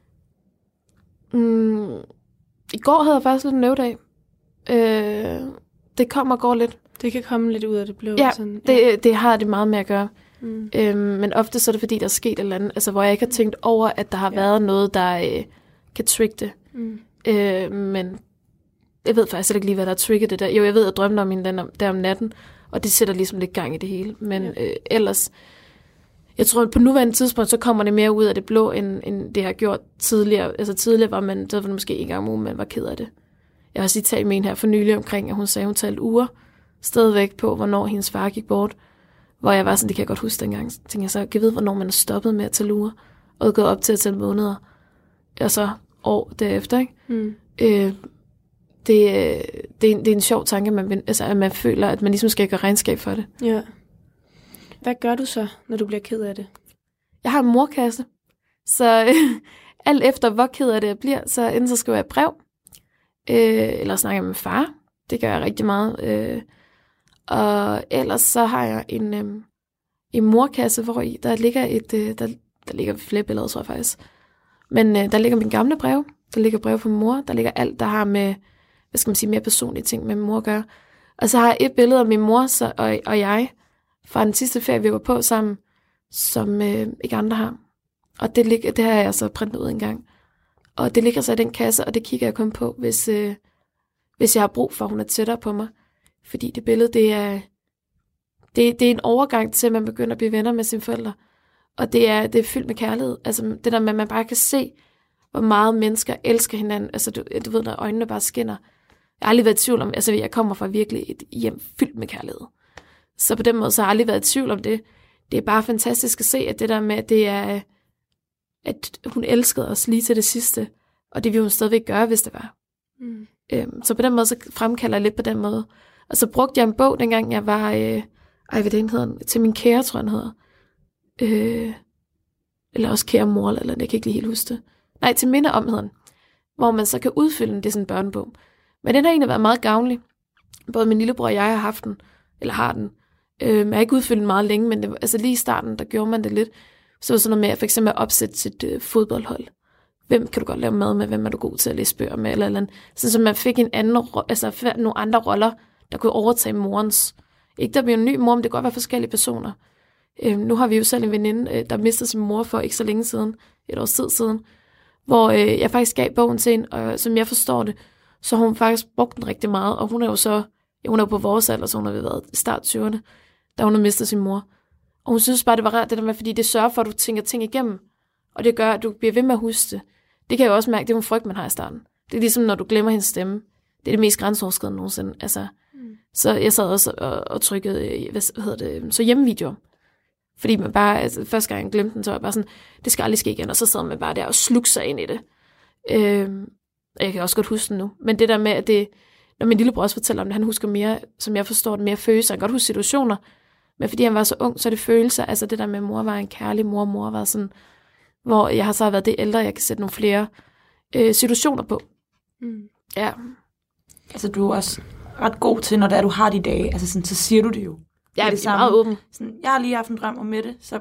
mm, I går havde jeg faktisk lidt en øvdag. Øh, det kommer og går lidt. Det kan komme lidt ud af det blå. Ja, sådan, ja. Det, det har det meget med at gøre. Mm. Øhm, men ofte så er det, fordi der er sket et eller andet, altså, hvor jeg ikke har tænkt over, at der har ja. været noget, der øh, kan trigge det. Mm. Øh, men jeg ved faktisk ikke lige, hvad der har trigget det der. Jo, jeg ved, at jeg drømte om hende der, der om natten, og det sætter ligesom lidt gang i det hele. Men ja. øh, ellers, jeg tror, at på nuværende tidspunkt, så kommer det mere ud af det blå, end, end det har gjort tidligere. Altså tidligere var man, så var det måske en gang om ugen, man var ked af det. Jeg har også lige talt med en her for nylig omkring, at hun sagde, at hun talte uger stadigvæk på, hvornår hendes far gik bort. Hvor jeg var sådan, det kan jeg godt huske dengang. Så tænkte jeg så, jeg ved, hvornår man er stoppet med at tælle uger, og gået op til at tælle måneder. Og så år derefter, ikke? Mm. Øh, det, det, er en, det er en sjov tanke, at man, altså, at man føler, at man ligesom skal gøre regnskab for det. Ja. Hvad gør du så, når du bliver ked af det? Jeg har en morkasse, så øh, alt efter, hvor ked af det jeg bliver, så enten så skriver jeg et brev, øh, eller snakker med far. Det gør jeg rigtig meget. Øh, og ellers så har jeg en, øh, en morkasse, hvor i der ligger et, øh, der, der ligger flere billeder, tror jeg faktisk. Men øh, der ligger mine gamle breve, Der ligger brev fra mor. Der ligger alt, der har med, hvad skal man sige, mere personlige ting med min mor at gøre. Og så har jeg et billede af min mor så, og, og jeg fra den sidste ferie, vi var på sammen, som øh, ikke andre har. Og det, ligger, det har jeg så printet ud en gang. Og det ligger så i den kasse, og det kigger jeg kun på, hvis, øh, hvis jeg har brug for, at hun er tættere på mig. Fordi det billede, det er, det, det er en overgang til, at man begynder at blive venner med sine forældre. Og det er, det er fyldt med kærlighed. Altså det der med, at man bare kan se, hvor meget mennesker elsker hinanden. Altså du, du ved, når øjnene bare skinner. Jeg har aldrig været i tvivl om, altså jeg kommer fra virkelig et hjem fyldt med kærlighed. Så på den måde, så har jeg aldrig været i tvivl om det. Det er bare fantastisk at se, at det der med, at det er, at hun elskede os lige til det sidste. Og det ville hun stadigvæk gøre, hvis det var. Mm. Øhm, så på den måde, så fremkalder jeg lidt på den måde. Og så brugte jeg en bog, dengang jeg var, øh, ej, hvad den hedder, til min kære, tror jeg, den hedder. Øh, eller også kære mor, eller jeg kan ikke lige helt huske det. Nej, til minde om hedder den. Hvor man så kan udfylde den, det er sådan en børnebog. Men den har egentlig været meget gavnlig. Både min lillebror og jeg har haft den, eller har den. Øh, jeg har ikke udfyldt den meget længe, men det, altså lige i starten, der gjorde man det lidt. Så var det sådan noget med, at for eksempel at opsætte sit øh, fodboldhold. Hvem kan du godt lave mad med? Hvem er du god til at læse bøger med? Eller, eller sådan, så man fik en anden, altså nogle andre roller, der kunne overtage morens. Ikke der bliver en ny mor, men det kan godt være forskellige personer. Øh, nu har vi jo selv en veninde, øh, der mistede sin mor for ikke så længe siden, et års tid siden, hvor øh, jeg faktisk gav bogen til hende, og som jeg forstår det, så har hun faktisk brugt den rigtig meget, og hun er jo så, ja, hun er jo på vores alder, så hun har været i start tyverne, da hun har mistet sin mor. Og hun synes bare, det var rart det der med, fordi det sørger for, at du tænker ting igennem, og det gør, at du bliver ved med at huske det. Det kan jeg jo også mærke, det er jo en frygt, man har i starten. Det er ligesom, når du glemmer hendes stemme. Det er det mest grænseoverskridende nogensinde. Altså, mm. Så jeg sad også og, og trykkede, hvad hedder det, så hjemmevideoer. Fordi man bare, altså, første gang jeg glemte den, så var jeg bare sådan, det skal aldrig ske igen, og så sad man bare der og slugte sig ind i det. Øhm, og jeg kan også godt huske den nu. Men det der med, at det, når min lillebror også fortæller om det, han husker mere, som jeg forstår det, mere følelser. Han kan godt huske situationer, men fordi han var så ung, så er det følelser. Altså det der med, at mor var en kærlig mor, mor var sådan, hvor jeg har så været det ældre, jeg kan sætte nogle flere øh, situationer på. Mm. Ja. Altså du er også ret god til, når det er, du har de dage, altså sådan, så siger du det jo. Ja, det er meget åben. Sådan, jeg har lige haft en drøm om Mette, så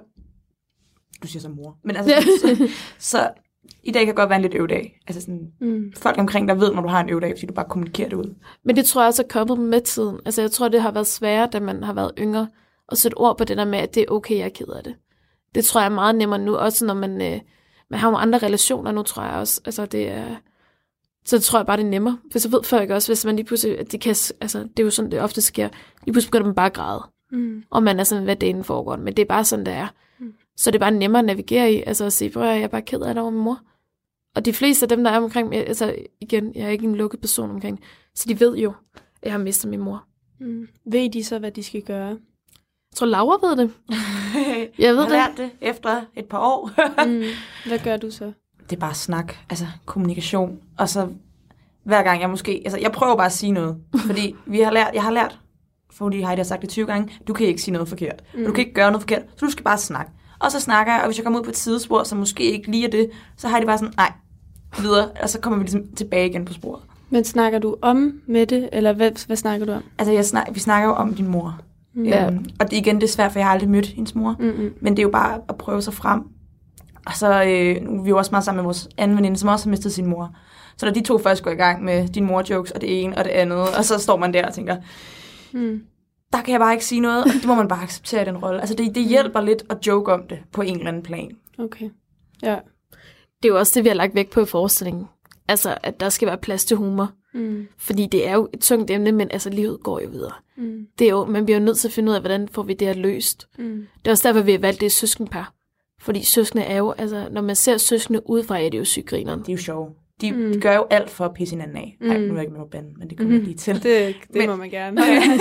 du siger så mor. Men altså, så, så i dag kan godt være en lidt øvedag. Altså sådan, mm. folk omkring der ved, når du har en øvedag, fordi du bare kommunikerer det ud. Men det tror jeg også er kommet med tiden. Altså jeg tror, det har været sværere, da man har været yngre, at sætte ord på det der med, at det er okay, jeg er ked af det. Det tror jeg er meget nemmere nu, også når man, øh, man har nogle andre relationer nu, tror jeg også. Altså det er, så tror jeg bare, det er nemmere. For så ved folk også, hvis man lige pludselig, at de kan, altså det er jo sådan, det ofte sker, lige pludselig begynder man bare at græde. Mm. Og man er sådan, hvad det inden foregår. Men det er bare sådan, det er. Mm. Så det er bare nemmere at navigere i, altså at se, hvor jeg er bare ked af det over min mor. Og de fleste af dem, der er omkring, altså igen, jeg er ikke en lukket person omkring, så de ved jo, at jeg har mistet min mor. Mm. Ved de så, hvad de skal gøre? Jeg tror, Laura ved det. Jeg ved jeg har lært det efter et par år. mm. Hvad gør du så? Det er bare snak, altså kommunikation. Og så hver gang jeg måske, altså jeg prøver bare at sige noget, fordi vi har lært, jeg har lært, fordi Heidi har sagt det tyve gange, du kan ikke sige noget forkert. Mm. Du kan ikke gøre noget forkert, så du skal bare snakke. Og så snakker jeg, og hvis jeg kommer ud på et sidespor, som måske ikke lige er det, så har de bare sådan, nej, videre, og så kommer vi ligesom tilbage igen på sporet. Men snakker du om Mette, eller hvad, hvad snakker du om? Altså, jeg snak, vi snakker jo om din mor. Mm. Ja. Øhm, og det, igen, det er svært, for jeg har aldrig mødt hendes mor. Mm-hmm. Men det er jo bare at prøve sig frem. Og så øh, nu er vi jo også meget sammen med vores anden veninde, som også har mistet sin mor. Så da de to først går i gang med din mor-jokes, og det ene og det andet, og så står man der og tænker, mm. der kan jeg bare ikke sige noget, og det må man bare acceptere i den rolle. Altså, det, det hjælper lidt at joke om det på en eller anden plan. Okay, ja. Det er jo også det, vi har lagt vægt på i forestillingen. Altså, at der skal være plads til humor. Mm. Fordi det er jo et tungt emne, men altså, livet går jo videre. Mm. Det er jo, man bliver jo nødt til at finde ud af, hvordan får vi det her løst. Mm. Det er også derfor, vi har valgt det søskenpar. Fordi søskende er jo, altså, når man ser søskende udefra, er det jo sygrineren. Det er jo sjovt. De, mm. de gør jo alt for at pisse hinanden af. Nej, mm. nu er jeg ikke med på banden, men det kommer mm. jeg lige til. Det, det men, må man gerne.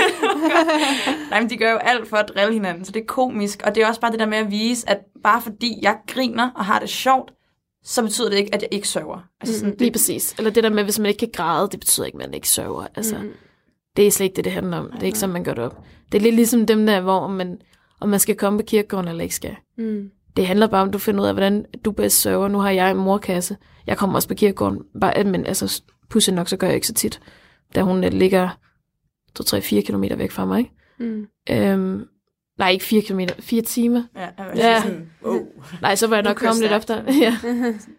Nej, men de gør jo alt for at drille hinanden, så det er komisk. Og det er også bare det der med at vise, at bare fordi jeg griner og har det sjovt, så betyder det ikke, at jeg ikke sørger. Altså sådan, mm, lige det... præcis. Eller det der med, hvis man ikke kan græde, det betyder ikke, at man ikke sørger. Altså, mm. det er slet ikke det, det handler om. Det er ikke sådan, man gør det op. Det er lidt ligesom dem der, hvor man, om man skal komme på kirkegården eller ikke skal. Mm. Det handler bare om, at du finder ud af, hvordan du bedst sørger. Nu har jeg en morkasse. Jeg kommer også på kirkegården. Bare, men altså, pudsigt nok, så gør jeg ikke så tit. Da hun ligger to, tre, fire kilometer væk fra mig. Ikke? Mm. Øhm, nej, ikke fire kilometer. Fire timer. Ja, jeg var ja. Sådan, oh. Nej, så var jeg nok kommet lidt efter. Ja.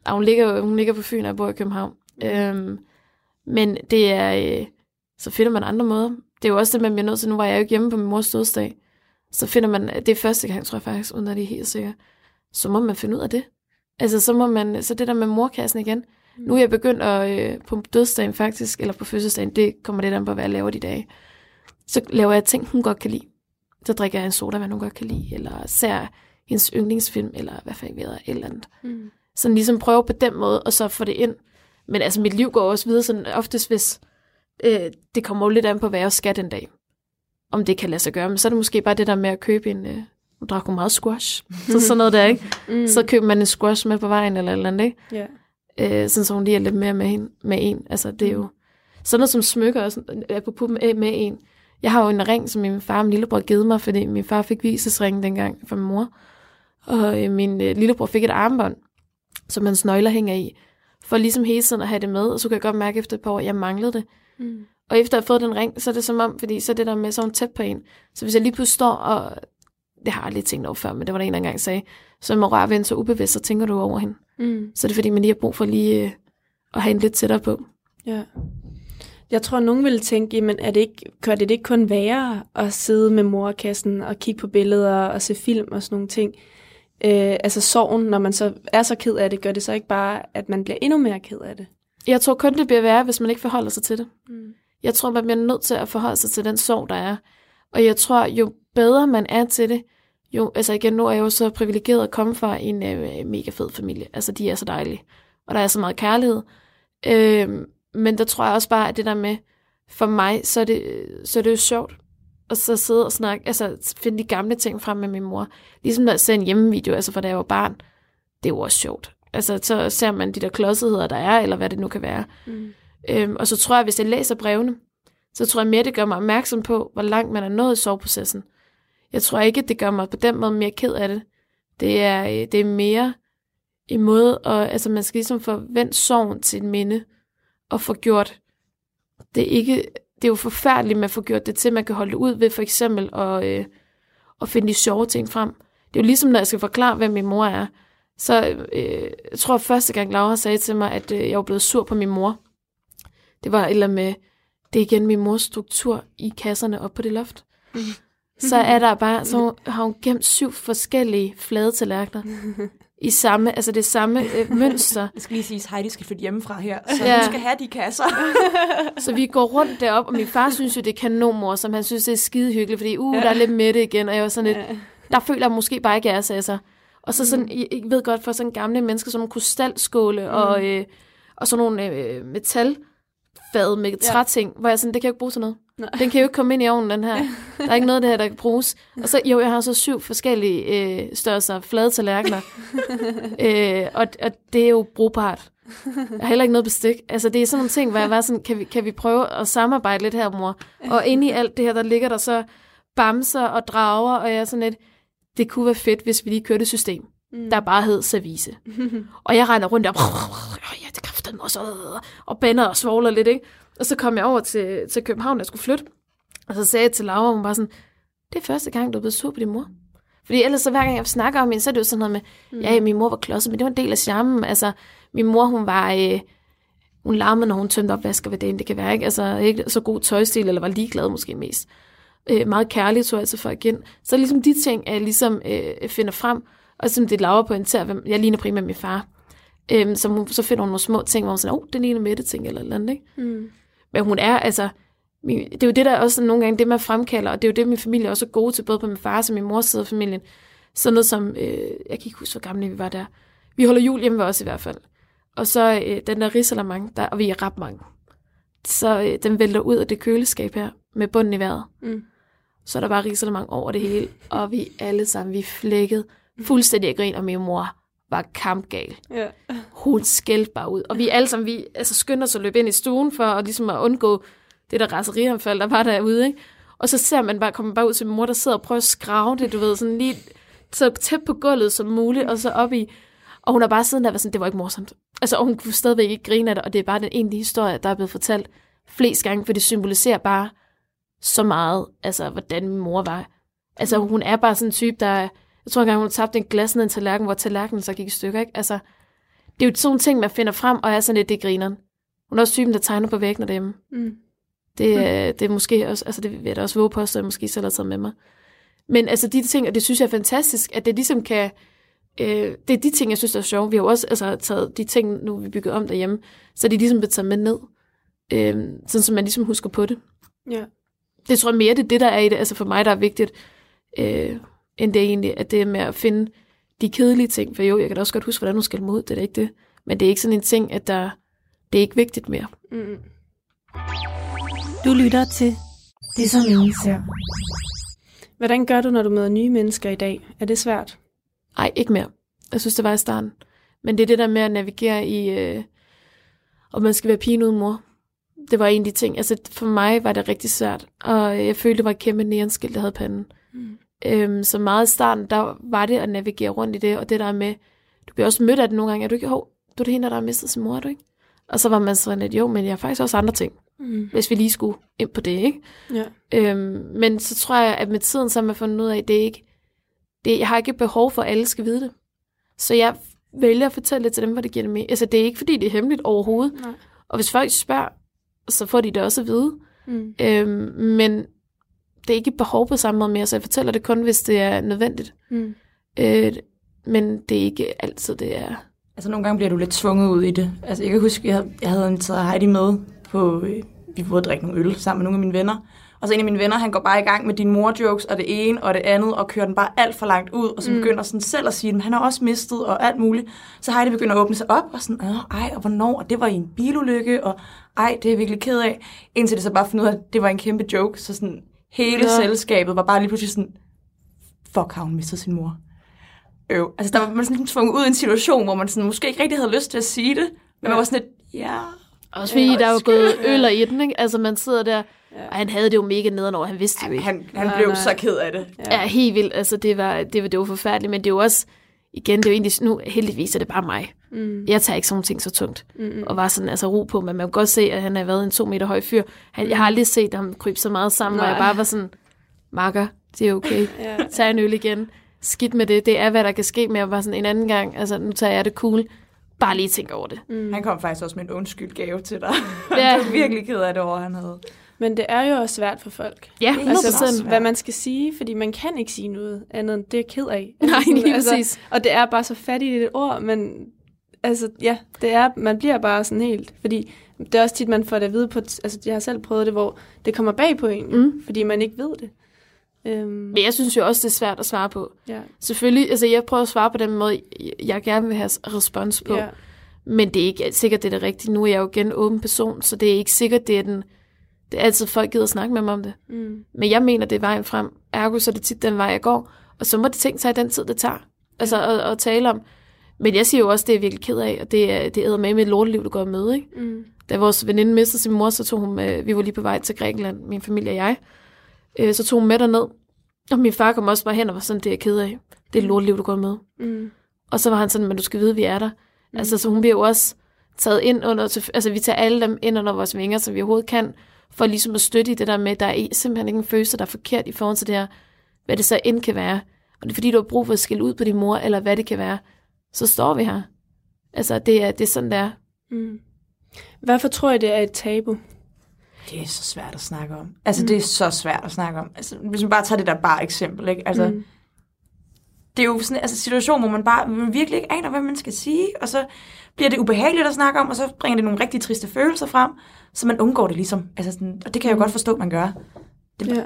Ah, hun, ligger, hun ligger på Fyn, og jeg bor i København. Mm. Øhm, men det er... Øh, så finder man andre måder. Det er jo også det, man bliver nødt til. Nu var jeg jo ikke hjemme på min mors dødsdag. Så finder man... Det er første gang, tror jeg faktisk, uden at det er helt sikkert. Så må man finde ud af det. Altså, så må man... Så det der med morkassen igen. Mm. Nu er jeg begyndt at... Øh, på dødsdagen faktisk, eller på fødselsdagen, det kommer lidt an på, hvad jeg laver de dage. Så laver jeg ting, hun godt kan lide. Så drikker jeg en sodavand, hun godt kan lide. Eller ser hendes yndlingsfilm, eller hvad fanden ved jeg, et eller andet. Mm. Sådan ligesom prøve på den måde, og så få det ind. Men altså, mit liv går også videre, sådan oftest hvis... Øh, det kommer jo lidt an på, hvad jeg skal den dag. Om det kan lade sig gøre. Men så er det måske bare det der med at købe en... Øh, nu drak hun meget squash. Så sådan noget der, ikke? Mm. Så køber man en squash med på vejen, eller eller andet, ikke? Yeah. Øh, sådan så hun lige er lidt mere med, hende, med en. Altså, det er jo... Sådan noget som smykker også, apropos med, med en. Jeg har jo en ring, som min far og min lillebror givet mig, fordi min far fik visesringen dengang fra min mor. Og øh, min øh, lillebror fik et armbånd, som hans nøgler hænger i. For ligesom hele tiden at have det med, og så kan jeg godt mærke efter et par år, at jeg manglede det. Mm. Og efter at have fået den ring, så er det som om, fordi så er det der med sådan tæt på en. Så hvis jeg lige pludselig står, og det har jeg aldrig tænkt over før, men det var der en, der engang sagde, så må røre ved så ubevidst, så tænker du over hende. Mm. Så er det fordi, man lige har brug for lige øh, at have en lidt tættere på. Ja. Jeg tror, nogen ville tænke, men er det ikke, gør det ikke kun værre at sidde med morkassen og kigge på billeder og se film og sådan nogle ting? Øh, altså sorgen, når man så er så ked af det, gør det så ikke bare, at man bliver endnu mere ked af det? Jeg tror kun, det bliver værre, hvis man ikke forholder sig til det. Mm. Jeg tror, man bliver nødt til at forholde sig til den sorg, der er. Og jeg tror, jo bedre man er til det, jo, altså igen, nu er jeg jo så privilegeret at komme fra en øh, mega fed familie. Altså, de er så dejlige. Og der er så meget kærlighed. Øh, men der tror jeg også bare, at det der med, for mig, så er det, så er det jo sjovt. Og så sidde og snakke, altså finde de gamle ting frem med min mor. Ligesom når jeg ser en hjemmevideo, altså for da jeg var barn, det er jo også sjovt. Altså, så ser man de der klodsigheder, der er, eller hvad det nu kan være. Mm. Øhm, og så tror jeg, hvis jeg læser brevene, så tror jeg mere, det gør mig opmærksom på, hvor langt man er nået i sorgprocessen. Jeg tror ikke, det gør mig på den måde mere ked af det. Det er, det er mere en måde, at, altså man skal ligesom forvente sorgen til et minde, og få gjort det ikke, det er jo forfærdeligt med at få gjort det til, at man kan holde det ud ved for eksempel at, øh, at finde de sjove ting frem. Det er jo ligesom, når jeg skal forklare, hvem min mor er. Så øh, jeg tror, første gang Laura sagde til mig, at øh, jeg var blevet sur på min mor. Det var et eller andet med, det er igen min mors struktur i kasserne op på det loft. Mm. Så er der bare, så har hun gemt syv forskellige flade tallerkener. I samme, altså det samme øh, mønster. Jeg skal lige sige, at Heidi skal flytte hjemmefra her, så ja. Hun skal have de kasser. Så vi går rundt derop, og min far synes jo, det er kanonmor, som han synes, det er skide hyggeligt, fordi uh, der er lidt med det igen, og jeg var sådan lidt, der føler jeg måske bare ikke, jeg sagde så. Og så sådan, jeg, jeg ved godt, for sådan gamle mennesker, sådan nogle krystalskåle, mm. og, øh, og sådan nogle øh, metalfad med træting, ja. Hvor jeg sådan, det kan jeg ikke bruge til noget. Nej. Den kan jo ikke komme ind i ovnen, den her. Der er ikke noget af det her, der kan bruges. Og så, jo, jeg har så syv forskellige øh, størrelser flade tallerkener. øh, og, og det er jo brugbart. Jeg har heller ikke noget bestik. Altså, det er sådan nogle ting, hvor jeg var sådan, kan vi, kan vi prøve at samarbejde lidt her, mor? Og inde i alt det her, der ligger der så bamser og drager, og jeg er sådan lidt, det kunne være fedt, hvis vi lige kørte et system, mm. der bare hed service. Og jeg regner rundt og ja, det kræfter mig også, og bænder og svogler lidt, ikke? Og så kom jeg over til, til København, jeg skulle flytte. Og så sagde jeg til Laura, hun bare sådan, det er første gang, du er blevet sur på din mor. Fordi ellers så hver gang jeg snakker om hende, så er det jo sådan noget med, mm. ja, min mor var klodset, men det var en del af charmen. Altså, min mor, hun var, øh, hun larmede, når hun tømte opvasker ved dagen, det kan være, ikke? Altså, ikke så god tøjstil, eller var ligeglad måske mest. Øh, meget kærlig, tror jeg, altså for igen. Så ligesom de ting, jeg ligesom øh, finder frem, og som det Laura pointerer, hvem jeg ligner primært min far. Øh, så, hun, så finder hun nogle små ting, hvor hun siger, åh, oh, det ligner Mette ting, eller eller andet, ikke? Mm. Men hun er, altså, min, det er jo det, der også nogle gange, det man fremkalder, og det er jo det, min familie også er gode til, både på min fars og min mors side af familien. Sådan noget som, øh, jeg kan ikke huske, hvor gamle vi var der. Vi holder jul hjemme ved os i hvert fald. Og så øh, den der risalamande, der, og vi er ret mange. Så øh, den vælter ud af det køleskab her, med bunden i vejret. Mm. Så er der bare risalamande over det hele, og vi alle sammen, vi flækkede fuldstændig af grin, og min mor var kampgal. Ja. Hun skældte bare ud. Og vi alle sammen, vi altså, skyndte os at løbe ind i stuen, for at, ligesom at undgå det der raserianfald, der var derude, ikke? Og så ser man bare, kommer bare ud til min mor, der sidder og prøver at skrave det, du ved, sådan lige så tæt på gulvet som muligt, og så op i. Og hun har bare siden der været sådan, det var ikke morsomt. Altså, og hun kunne stadigvæk ikke grine af det, og det er bare den egentlige historie, der er blevet fortalt flest gange, for det symboliserer bare så meget, altså, hvordan min mor var. Altså, hun er bare sådan en type, der, jeg tror engang, hun tabte en glas ned i en tallerken, hvor tallerkenen så gik i stykker, ikke? Altså, det er jo sådan nogle ting, man finder frem, og er sådan lidt, det grineren. Hun er også typen, der tegner på væggene derhjemme. Mm. Det, mm. det er måske også, altså det vil jeg da også våge på, så jeg måske selv har taget med mig. Men altså de ting, og det synes jeg er fantastisk, at det ligesom kan, øh, det er de ting, jeg synes er sjovt. Vi har jo også altså, taget de ting, nu vi bygget om derhjemme, så de ligesom bliver taget med ned. Øh, sådan som man ligesom husker på det. Ja. Det tror jeg mere, det er det, der er i det, altså for mig, der er vigtigt, øh, end det er egentlig, at det er med at finde de kedelige ting. For jo, jeg kan da også godt huske, hvordan hun skal mod, det er da ikke det. Men det er ikke sådan en ting, at der, det er ikke vigtigt mere. Mm. Du lytter til Det, som ingen ser. Hvordan gør du, når du møder nye mennesker i dag? Er det svært? Nej, ikke mere. Jeg synes, det var i starten. Men det er det der med at navigere i, øh, om man skal være pigen uden mor. Det var en af de ting. Altså, for mig var det rigtig svært. Og jeg følte, det var et kæmpe neonskilt, der havde panden. Mm. Øhm, så meget i starten, der var det at navigere rundt i det. Og det der med, du bliver også mødt af det nogle gange. Er du ikke, hov, du er det hende, der har mistet sin mor, er du ikke? Og så var man sådan lidt, jo, men jeg har faktisk også andre ting. Mm. Hvis vi lige skulle ind på det, ikke? Ja. Øhm, men så tror jeg, at med tiden, så har man fundet ud af, at det ikke, det, jeg har ikke behov for, at alle skal vide det. Så jeg vælger at fortælle det til dem, hvor det giver det med. Altså, det er ikke, fordi det er hemmeligt overhovedet. Nej. Og hvis folk spørger, så får de det også at vide. Mm. Øhm, men det er ikke et behov på samme måde mere, så jeg fortæller det kun, hvis det er nødvendigt. Mm. Øh, men det er ikke altid, det er... Altså, nogle gange bliver du lidt tvunget ud i det. Altså, jeg kan huske, jeg havde, jeg havde en taget Heidi med på... Øh, vi prøvede at drikke nogle øl sammen med nogle af mine venner. Og så en af mine venner, han går bare i gang med din mor-jokes, og det ene og det andet, og kører den bare alt for langt ud, og så mm. begynder sådan selv at sige, at han har også mistet, og alt muligt. Så Heidi begynder at åbne sig op, og sådan, ej, og hvornår, og det var i en bilulykke, og ej, det er jeg virkelig ked af. Indtil det så bare fandt ud af, at det var en kæmpe joke, så sådan, hele ja. selskabet var bare lige pludselig sådan, fuck, har hun mistet sin mor? Øv. Altså, der var man sådan tvunget ud i en situation, hvor man sådan, måske ikke rigtig havde lyst til at sige det, men ja. man var sådan lidt, ja... Også fordi der er jo gået øl i den, ikke? Altså man sidder der, ja. og han havde det jo mega nederen over, han vidste det jo ikke. Han, han blev nej, så ked af det. Ja, ja helt vildt. Altså det var, det var, det var forfærdeligt, men det er jo også, igen, det er jo egentlig, nu heldigvis er det bare mig. Mm. Jeg tager ikke sådan ting så tungt. Mm. Og var sådan, altså ro på, men man kan godt se, at han har været en to meter høj fyr. Han, jeg har aldrig set ham krybe så meget sammen, nej. og jeg bare var sådan, makker, det er okay. ja. Tag en øl igen. Skidt med det. Det er, hvad der kan ske, men jeg var sådan en anden gang, altså nu tager jeg det cool. Bare lige tænke over det. Mm. Han kom faktisk også med en undskyldgave til dig. Ja. Han blev virkelig ked af det over, han havde. Men det er jo også svært for folk. Ja, altså, sådan, hvad man skal sige, fordi man kan ikke sige noget andet end det er ked af. Nej, altså, lige altså, præcis. Og det er bare så fattigt i et ord, men altså, ja, det er, man bliver bare sådan helt, fordi det er også tit, man får det at vide på, altså jeg har selv prøvet det, hvor det kommer bag på en, mm. fordi man ikke ved det. Um, Men jeg synes jo også, det er svært at svare på. Ja. Selvfølgelig, altså jeg prøver at svare på den måde, jeg gerne vil have respons på. Ja. Men det er ikke sikkert, det er det rigtige. Nu er jeg jo igen en åben person, så det er ikke sikkert, det er den... Det er altid, folk gider at snakke med mig om det. Mm. Men jeg mener, det er vejen frem. Ergo, så er det tit den vej, jeg går. Og så må det tænke sig i den tid, det tager. Altså at, at tale om. Men jeg siger jo også, det er virkelig ked af, og det er, det er med med et lorteliv, du går med, ikke? Mm. Da vores veninde mistede sin mor, så tog hun med, vi var lige på vej til Grækenland, min familie og jeg. Øh, så tog hun med derned. Og min far kom også bare hen og var sådan, det er ked af. Det er et lorteliv, du går med. Mm. Og så var han sådan, men du skal vide, vi er der. Mm. Altså, så hun bliver jo også taget ind under, altså vi tager alle dem ind under vores vinger, som vi overhovedet kan, for ligesom at støtte i det der med, der er simpelthen ikke en følelse, der er forkert i forhold til det her, hvad det så end kan være. Og det er fordi, du har brug for at skille ud på din mor, eller hvad det kan være, så står vi her. Altså, det er, det er sådan, der. Mm. Hvorfor tror jeg, det er et tabu? Det er så svært at snakke om. Altså, mm. det er så svært at snakke om. Altså, hvis man bare tager det der bare eksempel, ikke? Altså, mm. det er jo sådan en altså, situation, hvor man bare man virkelig ikke aner, hvad man skal sige, og så bliver det ubehageligt at snakke om, og så bringer det nogle rigtig triste følelser frem, så man undgår det ligesom. Altså, sådan, og det kan jeg jo godt forstå, man gør. Det ja.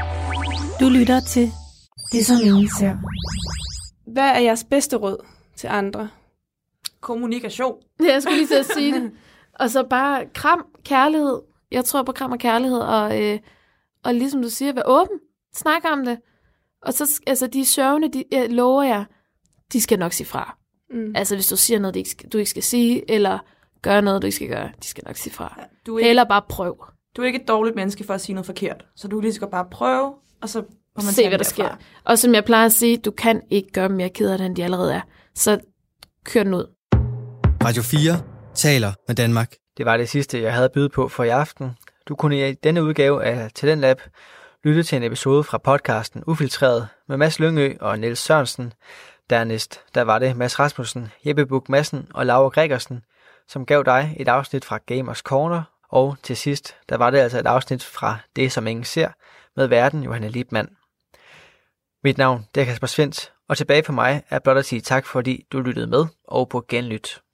Du lytter til Det, som ingen ser. Hvad er jeres bedste råd til andre? Kommunikation. Jeg skulle lige til at sige det. Og så bare kram, kærlighed. Jeg tror på kram og kærlighed, og, øh, og ligesom du siger, vær åben. Snak om det. Og så, altså, de sørgende, de, jeg lover jer, de skal nok sige fra. Mm. Altså, hvis du siger noget, du ikke, skal, du ikke skal sige, eller gør noget, du ikke skal gøre, de skal nok sige fra. Ja, du er ikke, eller bare prøv. Du er ikke et dårligt menneske for at sige noget forkert. Så du lige skal bare prøve, og så må man se, hvad der sker. Fra. Og som jeg plejer at sige, du kan ikke gøre mere ked af det, end de allerede er. Så kør den ud. Radio fire taler med Danmark. Det var det sidste, jeg havde at byde på for i aften. Du kunne i denne udgave af Talentlab lytte til en episode fra podcasten Ufiltreret med Mads Lyngø og Niels Sørensen, Dernæst, der var det Mads Rasmussen, Jeppe Buch Madsen og Laura Gregersen, som gav dig et afsnit fra Gamers Corner. Og til sidst, der var det altså et afsnit fra Det, som ingen ser, med værten Johanne Liebmann. Mit navn det er Kasper Svendt, og tilbage for mig er blot at sige tak, fordi du lyttede med, og på genlyt.